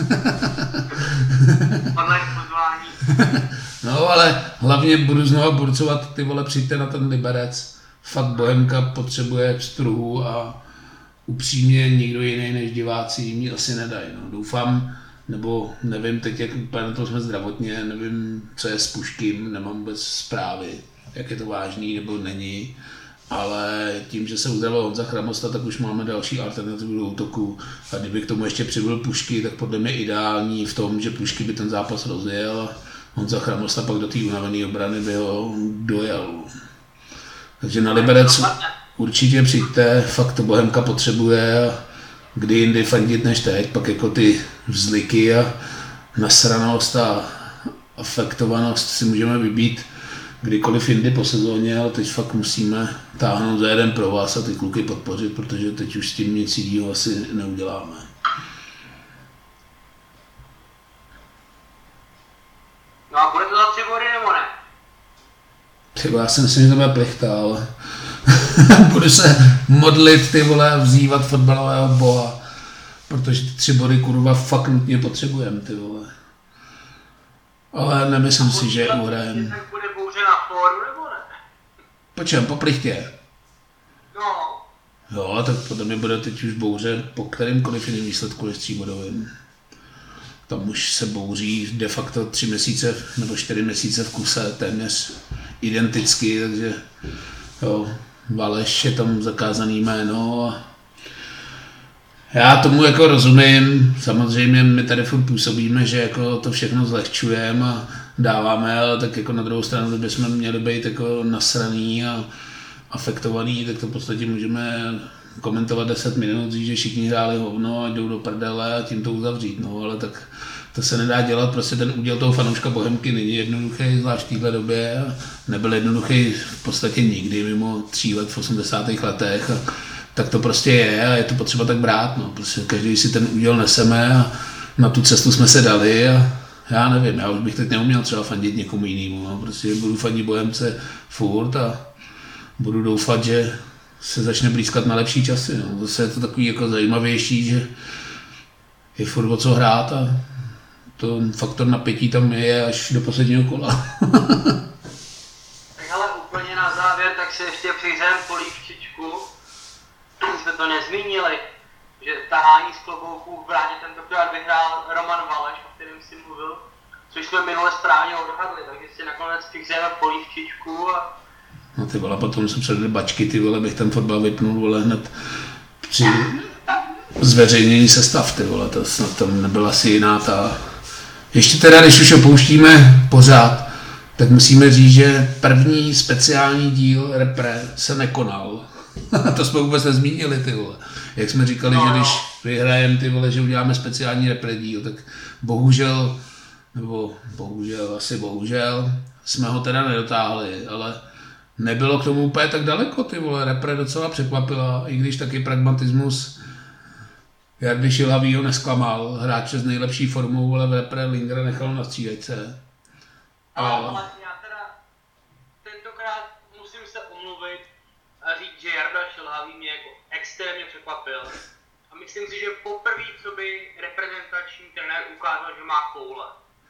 No ale hlavně budu znova burcovat, ty vole, přijďte na ten Liberec. Fakt Bohemka potřebuje pstruhu a upřímně nikdo jiný než diváci jim ji asi nedají. No. Doufám, nebo nevím teď, jak úplně na to jsme zdravotně, nevím, co je s Puškým, nemám vůbec zprávy, jak je to vážný nebo není. Ale tím, že se uzdravil Honza Chramosta, tak už máme další alternativu do útoku. A kdyby k tomu ještě přibyl Pušky, tak podle mě ideální v tom, že Pušky by ten zápas rozjel a Honza Chramosta pak do té unavené obrany by ho dojel. Takže na Liberec určitě přijďte, fakt to Bohemka potřebuje a kdy jindy fandit než teď, pak jako ty vzliky a nasranost a afektovanost si můžeme vybít kdykoliv jindy po sezóně, ale teď fakt musíme táhnout za jeden pro vás a ty kluky podpořit, protože teď už s tím nic jiného asi neuděláme.
No a bude to za tři body nebo ne?
Třeba já si myslím, že to bude plichta, ale budu se modlit, ty vole, a vzývat fotbalového boha, protože ty tři body kurva fakt nutně potřebujeme, ty vole. Ale nemyslím si, že uhrajeme.
Tak bude bouře na fóru nebo ne?
Po čem? Po plichtě?
No.
Jo, tak podle mě bude teď už bouře po kterýmkoliv jiným výsledku než tříbodovým. Tam už se bouří de facto tři měsíce nebo čtyři měsíce v kuse, téměř identicky, takže jo, Valeš je tam zakázaný jméno a já tomu jako rozumím, samozřejmě my tady furt působíme, že jako to všechno zlehčujeme a dáváme, ale tak jako na druhou stranu, kdybychom měli být jako nasraný a afektovaný, tak to v podstatě můžeme komentovat deset minut, že všichni hráli hovno a jdou do prdele a tím to uzavřít, no, ale tak to se nedá dělat, prostě ten úděl toho fanouška Bohemky není jednoduchý, zvlášť v téhle době a nebyl jednoduchý v podstatě nikdy mimo tří let v osmdesátých letech a tak to prostě je a je to potřeba tak brát, no, prostě každý si ten úděl neseme a na tu cestu jsme se dali a já nevím, já už bych teď neuměl třeba fandit někomu jinému, no, prostě budu fandit Bohemce furt a budu doufat, že se začne blízkat na lepší časy, no, zase je to takový jako zajímavější, že je furt o co hrát a to faktor napětí tam je až do posledního kola.
Tak ale úplně na závěr, tak si ještě přihřejem polívčičku. Jsme to nezmínili, že tahání z klobouků v bráně tentokrát vyhrál Roman Valeš, o kterém si mluvil, což jsme minule správně odhadli, takže si nakonec přihřejeme polívčičku a...
No ty vole, potom se předali bačky, ty vole, bych ten fotbal vypnul, vole, hned při zveřejnění sestav, ty vole, to snad tam nebyla asi jiná ta... Ještě teda, když už opouštíme pořád, tak musíme říct, že první speciální díl Repre se nekonal. To jsme vůbec nezmínili, ty vole. Jak jsme říkali, no, že když vyhrajeme, ty vole, že uděláme speciální repredíl, tak bohužel, nebo bohužel, asi bohužel, jsme ho teda nedotáhli, ale nebylo k tomu úplně tak daleko, ty vole. Repre docela překvapila, i když taky pragmatismus Jardy Šilhavýho nesklamal. Hráče s nejlepší formou, ale v repre Lindgren nechal na střídačce.
A... Ale já teda tentokrát musím se omluvit a říct, že Jarda Šilhavý mě jako extrémně překvapil. A myslím si, že poprvé, co by reprezentační trenér ukázal, že má koule.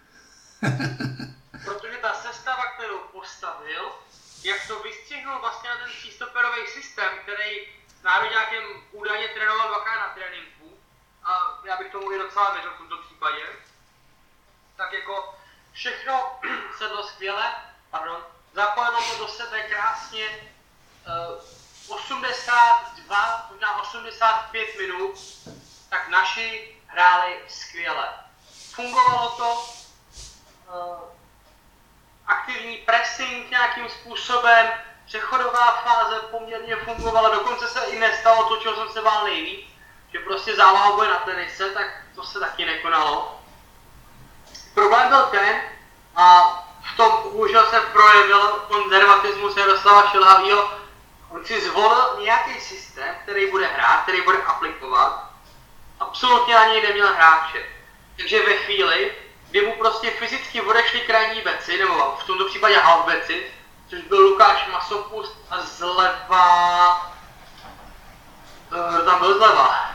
Protože ta sestava, kterou postavil, jak to vystřihnul vlastně na ten třístoperový systém, který s nároďákem údajně trénoval dvakrát na tréninku, a já bych tomu i docela věřil v tomto případě, tak jako všechno sedlo skvěle, pardon, zapojilo to do sebe krásně, uh, osmdesát dva, možná osmdesát pět minut, tak naši hráli skvěle. Fungovalo to, uh, aktivní pressing nějakým způsobem, přechodová fáze poměrně fungovala, dokonce se i nestalo to, čeho jsem se bál nejvíc, že prostě záloha bude na tenise, tak to se taky nekonalo. Problém byl ten, a v tom bohužel se projevil konzervatismus Jaroslava Šilhavýho, on si zvolil nějaký systém, který bude hrát, který bude aplikovat, absolutně na něj neměl hráče. Takže ve chvíli, kdy mu prostě fyzicky odešli krajní beci, nebo v tomto případě halfbeci, což byl Lukáš Masopust a zleva... Kdo tam byl zleva?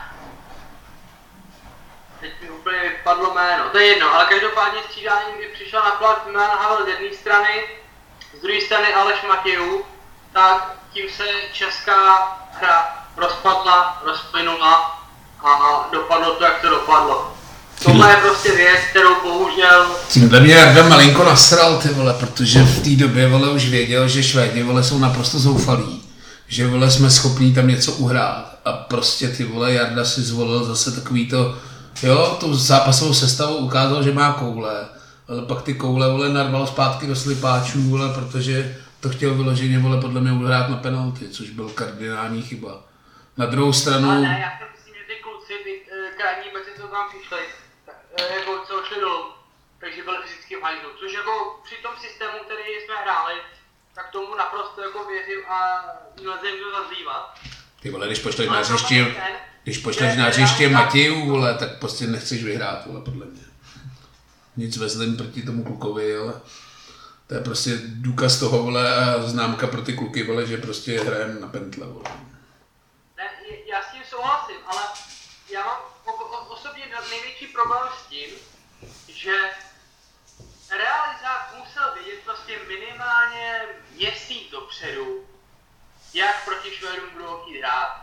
Teď mi úplně vypadlo jméno, to je jedno, ale každopádně střídání, kdy přišel na plat Milan Havel z jedné strany, z druhé strany Aleš Matějů, tak tím se česká hra rozpadla, rozplynula a dopadlo to, jak to dopadlo. Tohle je prostě věc, kterou bohužel...
Tímhle mě Jarda malinko nasral, ty vole, protože v té době, vole, už věděl, že Švédi, vole, jsou naprosto zoufalí. Že, vole, jsme schopní tam něco uhrát. A prostě, ty vole, Jarda si zvolil zase takový to... Jo, tu zápasovou sestavu ukázal, že má koule. Ale pak ty koule, vole, narval zpátky do slipáčů, vole, protože to chtěl vyloženě, vole, podle mě uhrát na penalty, což byl kardinální chyba. Na druhou stranu...
Ale ne, já si myslím, že ty kluci, ty krajní beci, co tam přišli, jako co šli dolů, takže byli fyzicky v hajzlu, což jako při tom systému, který jsme hráli, tak tomu naprosto jako věřím a nelze jim to zazývat.
Ty vole, když pošleš na hřiště, když pošleš na hřiště Matějů, vole, tak prostě nechceš vyhrát, vole, podle mě. Nic ve zlým proti tomu klukovi, ale to je prostě důkaz toho, vole, a známka pro ty kluky, vole, že prostě hrajeme na pentle, vole.
Ne, já s tím souhlasím, ale já mám osobně největší problém s tím, že realizák musel vědět prostě minimálně měsíc dopředu, jak proti Švédům budou chtít hrát.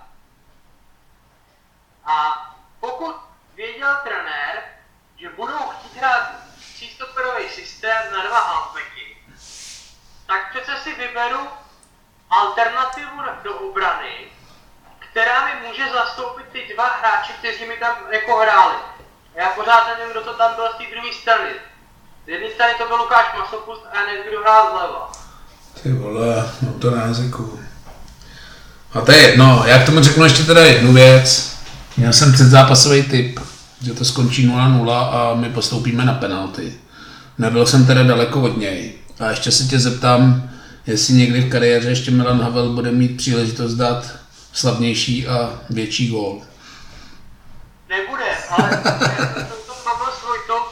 A pokud věděl trenér, že budou chtít hrát třístoperový systém na dva halfbacky, tak přece si vyberu alternativu do obrany, která mi může zastoupit ty dva hráče, kteří mi tam jako hráli. Já pořád nevím, kdo to tam byl z té druhé strany. Z jedné strany to byl Lukáš Masopust a já nevím, kdo hrál zleva.
Ty vole, mám to na jazyku. A to je jedno, já k tomu řeknu ještě teda jednu věc. Měl jsem předzápasový tip, že to skončí nula nula a my postoupíme na penalty. Nebyl jsem teda daleko od něj. A ještě se tě zeptám, jestli někdy v kariéře ještě Milan Havel bude mít příležitost dát slavnější a větší gól.
Nebude, ale já jsem to bavil s Vojtou.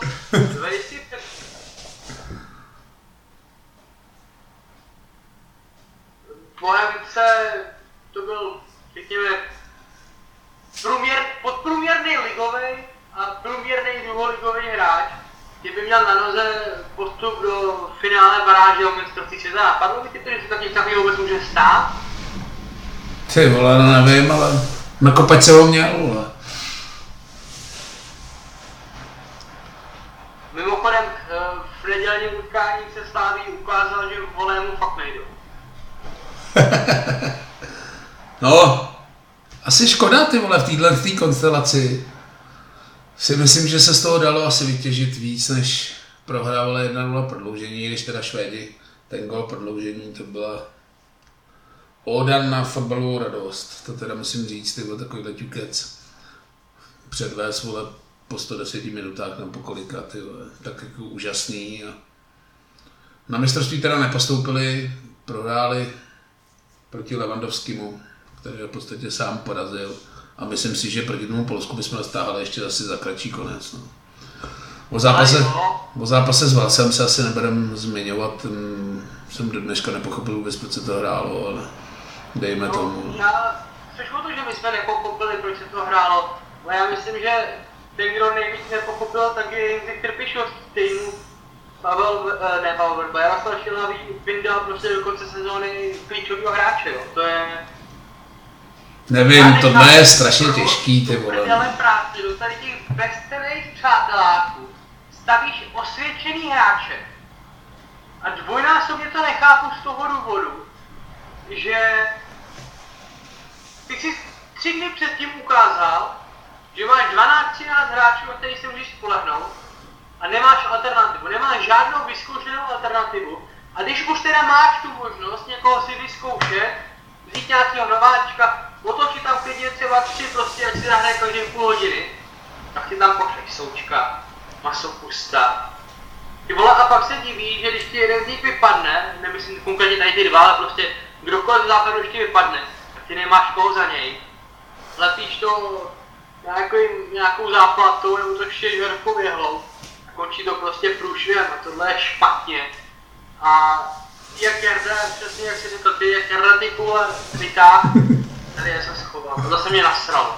Bohemce to byl, řekněme, průměr, podprůměrný ligový a průměrný druholigový hráč, který by měl na noze postup do finále baráže o mistrovství světa. Napadlo by ti tedy, že tak něco takového vůbec může stát?
Ty vole, no nevím, ale nakopat se ho měl, vole.
Mimochodem, v nedělním utkání se Sláví ukázal, že volé mu fakt nejdou.
No, asi škoda, ty vole, v téhle v té konstelaci. Si myslím, že se z toho dalo asi vytěžit víc, než prohrávali jedna nula prodloužení, když teda Švédi ten gol prodloužení, to byla Oda na fotbalovou radost, to teda musím říct, ty takovýhle ťukec. Předvést, vole, po sto deseti minutách nebo po kolika, ty vole, tak jako úžasný. A na mistrovství teda nepostoupili, prohráli proti Lewandowskimu, který v podstatě sám porazil. A myslím si, že proti tomu Polsku bychom dostáhali ještě zase za kratší konec. No. O zápase, o zápase s Walesem se asi nebudem zmiňovat, jsem do dneška nepochopil vůbec, proč se to hrálo, ale dejme
no,
tomu.
Já slyšel to, že my jsme nepochopili, proč se to hrálo, ale já myslím, že ten, kdo nejvíc nepochopil, tak je Jindřich Trpišovský, který mu Pavel, ne Pavel Vrba, Jaroslav Šilhavý vyndal prostě do konce sezóny klíčového hráče, jo. To je...
Nevím, tohle je strašně těžký, ty vole.
Ale práci do tady těch bezcenných přáteláků stavíš osvědčený hráče. A dvojnásobně to nechápu z toho důvodu, že ty si tři dny předtím ukázal, že máš dvanáct třináct hráčů, na který se můžeš spolehnout a nemáš alternativu, nemáš žádnou vyzkoušenou alternativu. A když už teda máš tu možnost někoho si vyzkoušet, vzít nějakého nováčka, otočit tam klidně třeba tři prostě, ať si zahraje každý půl hodiny, tak ti tam pošleš Součka, Masopusta. Ty vole, a pak se diví, že když ti jeden z nich vypadne, nemyslím konkrétně tady ty dva, ale prostě kdokoliv z západu ještě vypadne, tak ty nemáš koho za něj. Lepíš to nějakou, nějakou záplatou nebo to ještě žerkou jehlou a končí to prostě průšvihem a tohle je špatně. A jak Jarda, přesně jak si řekl ty, jak Jarda ty kůle říká, tady je se schoval, to zase mě nasralo.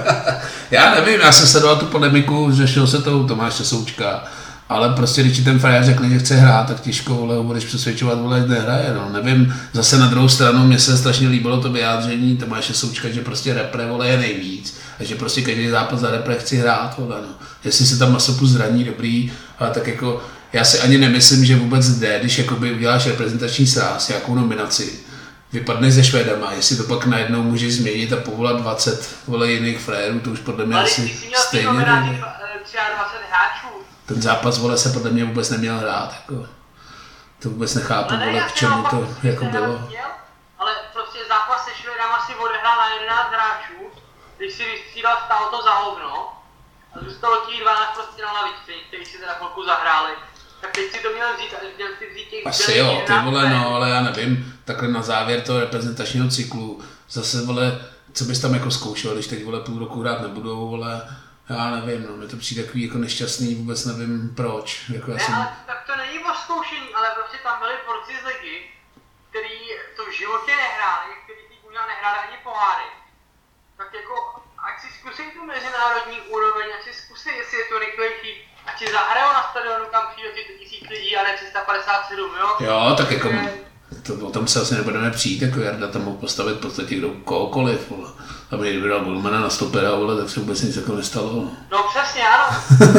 Já nevím, já jsem sledoval tu polemiku, řešil se to Tomáše Součka, ale prostě když ti ten frajer řekne, že chce hrát, tak těžko, vole, budeš přesvědčovat, vole, nehraje, no, nevím, zase na druhou stranu mě se strašně líbilo to vyjádření Tomáše Součka, že prostě repre, vole, je nejvíc a že prostě každý zápas za repre chci hrát, vole, no. Jestli se tam Masopust zraní, dobrý, ale tak jako, já si ani nemyslím, že vůbec jde, když jakoby uděláš reprezentační sráz, nějakou nominaci, vypadneš ze Švédama, jestli to pak najednou můžeš změnit a povolat dvacet, vole, jiných frérů, to už podle mě asi stejně nejde.
dvacet hráčů.
Ten zápas, vole, se podle mě vůbec neměl hrát, jako. To vůbec nechápu,
ne,
vole, k čemu to jako bylo.
Měl, ale prostě zápas se Švédama si odehrál na jedenáct hráčů, když si vystřídal, stálo to za hovno a zůstalo těch dvanáct prostě na lavičce, kteří si teda chvilku zahráli. Tak teď si to měl vzít, měl si vzít těch...
Asi jo, ty vole, no, ale já nevím, takhle na závěr toho reprezentačního cyklu, zase, vole, co bys tam jako zkoušel, když teď, vole, půl roku hrát nebudou, vole, já nevím, no, mi to přijde takový jako nešťastný, vůbec nevím proč, jako já
ne,
jsem...
ale tak to není o zkoušení, ale prostě tam byli borci z ligy, který to v životě nehráli, který teď možná nehráli ani poháry. Tak jako, ať si zkusí tu mezinárodní úroveň, ať si zkusí, jestli je to rychlejší, ať si zahrajou na stadionu, kam přijde tisíc lidí a ne tři sta padesát sedm, jo?
Jo, tak jako, to, o tom se asi nebudeme přijít, jako Jarda tam mohl postavit v podstatě kdo, kohokoliv, vole. Tam když vydal Golmana na stopera, vole, tak se vůbec nic jako nestalo, no.
No přesně, ano.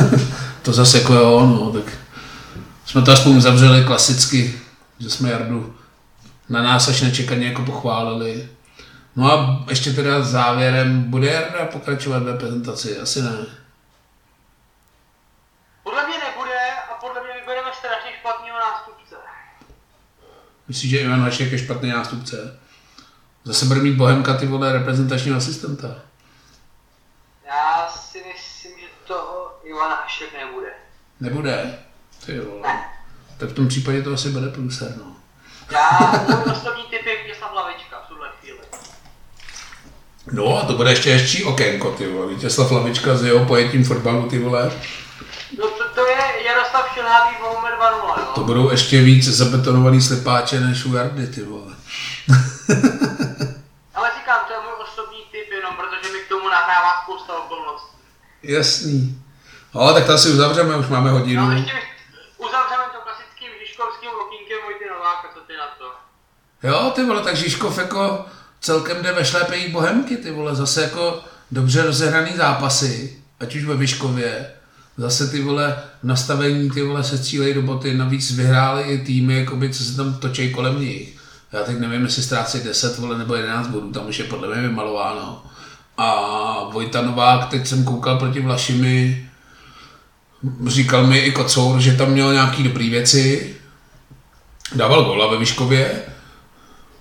To zase jako jo, no, tak jsme to aspoň uzavřeli klasicky, že jsme Jardu na nás až nečekaně jako pochválili. No a ještě teda závěrem, bude Jarda pokračovat v reprezentaci? Asi ne.
Podle mě nebude a podle mě vybereme strašně špatného nástupce.
Myslíš, že Ivan Hašek je špatný nástupce? Zase bude mít Bohemka, ty vole, reprezentačního asistenta.
Já si myslím, že to Ivan Hašek nebude.
Nebude? Ty vole.
Ne.
Tak v tom případě to asi bude průser, no.
Já můj osobní typ je Vítězslav Lavička v tuhle chvíli.
No a to bude ještě hezčí okénko, ty vole. Vítězslav Lavička s jeho pojetím fotbalu, ty vole.
No to, to je Jaroslav Šilhavý Volmer dva nula, jo?
To budou ještě víc zabetonovaný slepáče než u Jardy, ty vole.
Ale říkám, to je můj osobní typ jenom, protože mi k tomu nahrává spousta okolností.
Jasný. No, tak to asi uzavřeme, už máme hodinu.
No ještě uzavřeme to klasickým Žižkovským okýnkem Vojty Nováka, co ty na to?
Jo, ty vole, tak Žižkov jako celkem jde ve šlépejích Bohemky, ty vole, zase jako dobře rozehraný zápasy, ať už ve Vyškově. Zase ty vole nastavení, ty vole se střílejí do boty, navíc vyhráli i týmy, jakoby, co se tam točí kolem nich. Já teď nevím, jestli ztrácí deset vole, nebo jedenáct bodů, tam už je podle mě vymalováno. A Vojta Novák, teď jsem koukal proti Vlašimi, říkal mi i Kocour, že tam měl nějaký dobrý věci, dával góla ve Vyškově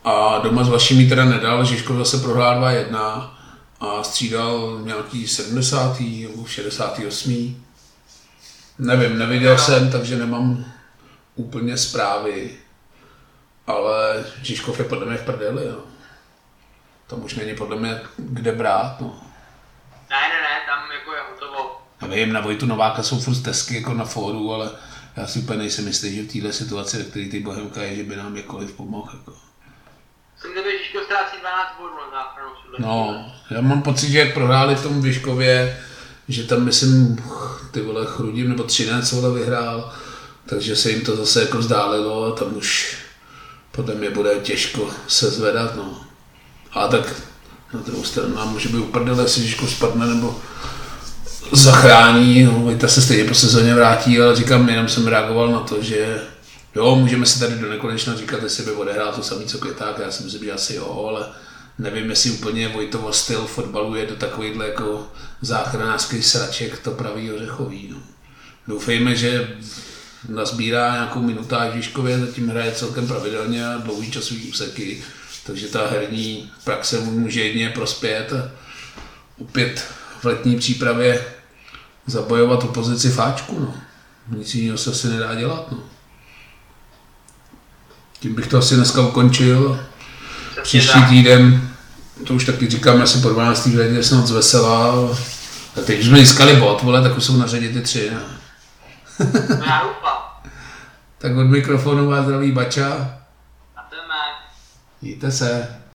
A doma s vašimi teda nedal, Žižkov zase prohrál dva jedna a střídal nějaký sedmdesátý nebo šedesátý osmý Nevím, neviděl jsem, takže nemám úplně zprávy. Ale Žižkov je podle mě v prdeli, no. Tam už není podle mě kde brát, no.
Ne, ne, ne, tam jako je hotovo.
Já vím, na Vojtu Nováka jsou furt stezky jako na fóru, ale já si úplně nejsem jistý, že v této situaci, ve které ty Bohemka je, že by nám jakkoliv pomohl, jako.
Jsem tebe Žižkov ztrácí dvanáct bodů na záchranu.
No, já mám pocit, že jak prohráli v tom Vyškově, že tam myslím, ty vole, Chrudim nebo třináct vole vyhrál, takže se jim to zase jako vzdálilo a tam už podle mě bude těžko se zvedat, no. A tak na druhou stranu nám může být uprdele, jestli Žižkov spadne nebo zachrání, no, Vojta se stejně po sezóně vrátí, ale říkám, jenom jsem reagoval na to, že jo, můžeme si tady do nekonečna říkat, jestli by odehrál to samý co Květák, já si myslím, že asi jo, ale nevím, jestli úplně Vojtovo styl fotbalu je do takovýhle jako záchranářský sraček to pravý ořechový, no. Doufejme, že nazbírá nějakou minutáž Žižkově, zatím hraje celkem pravidelně a dlouhý časový úseky, takže ta herní praxe mu může jedně prospět a opět v letní přípravě zabojovat o pozici fáčku, no. Nic jiného se asi nedá dělat, no. Tím bych to asi dneska ukončil. Příští týden, to už taky říkám, asi po dvanácté hodině snad zveselá. A teď jsme získali bod, vole, tak už jsou na řadě ty tři, ne?
No já doufám.
Tak od mikrofonu vás zdraví Bača.
A ten Max.
Mějte se.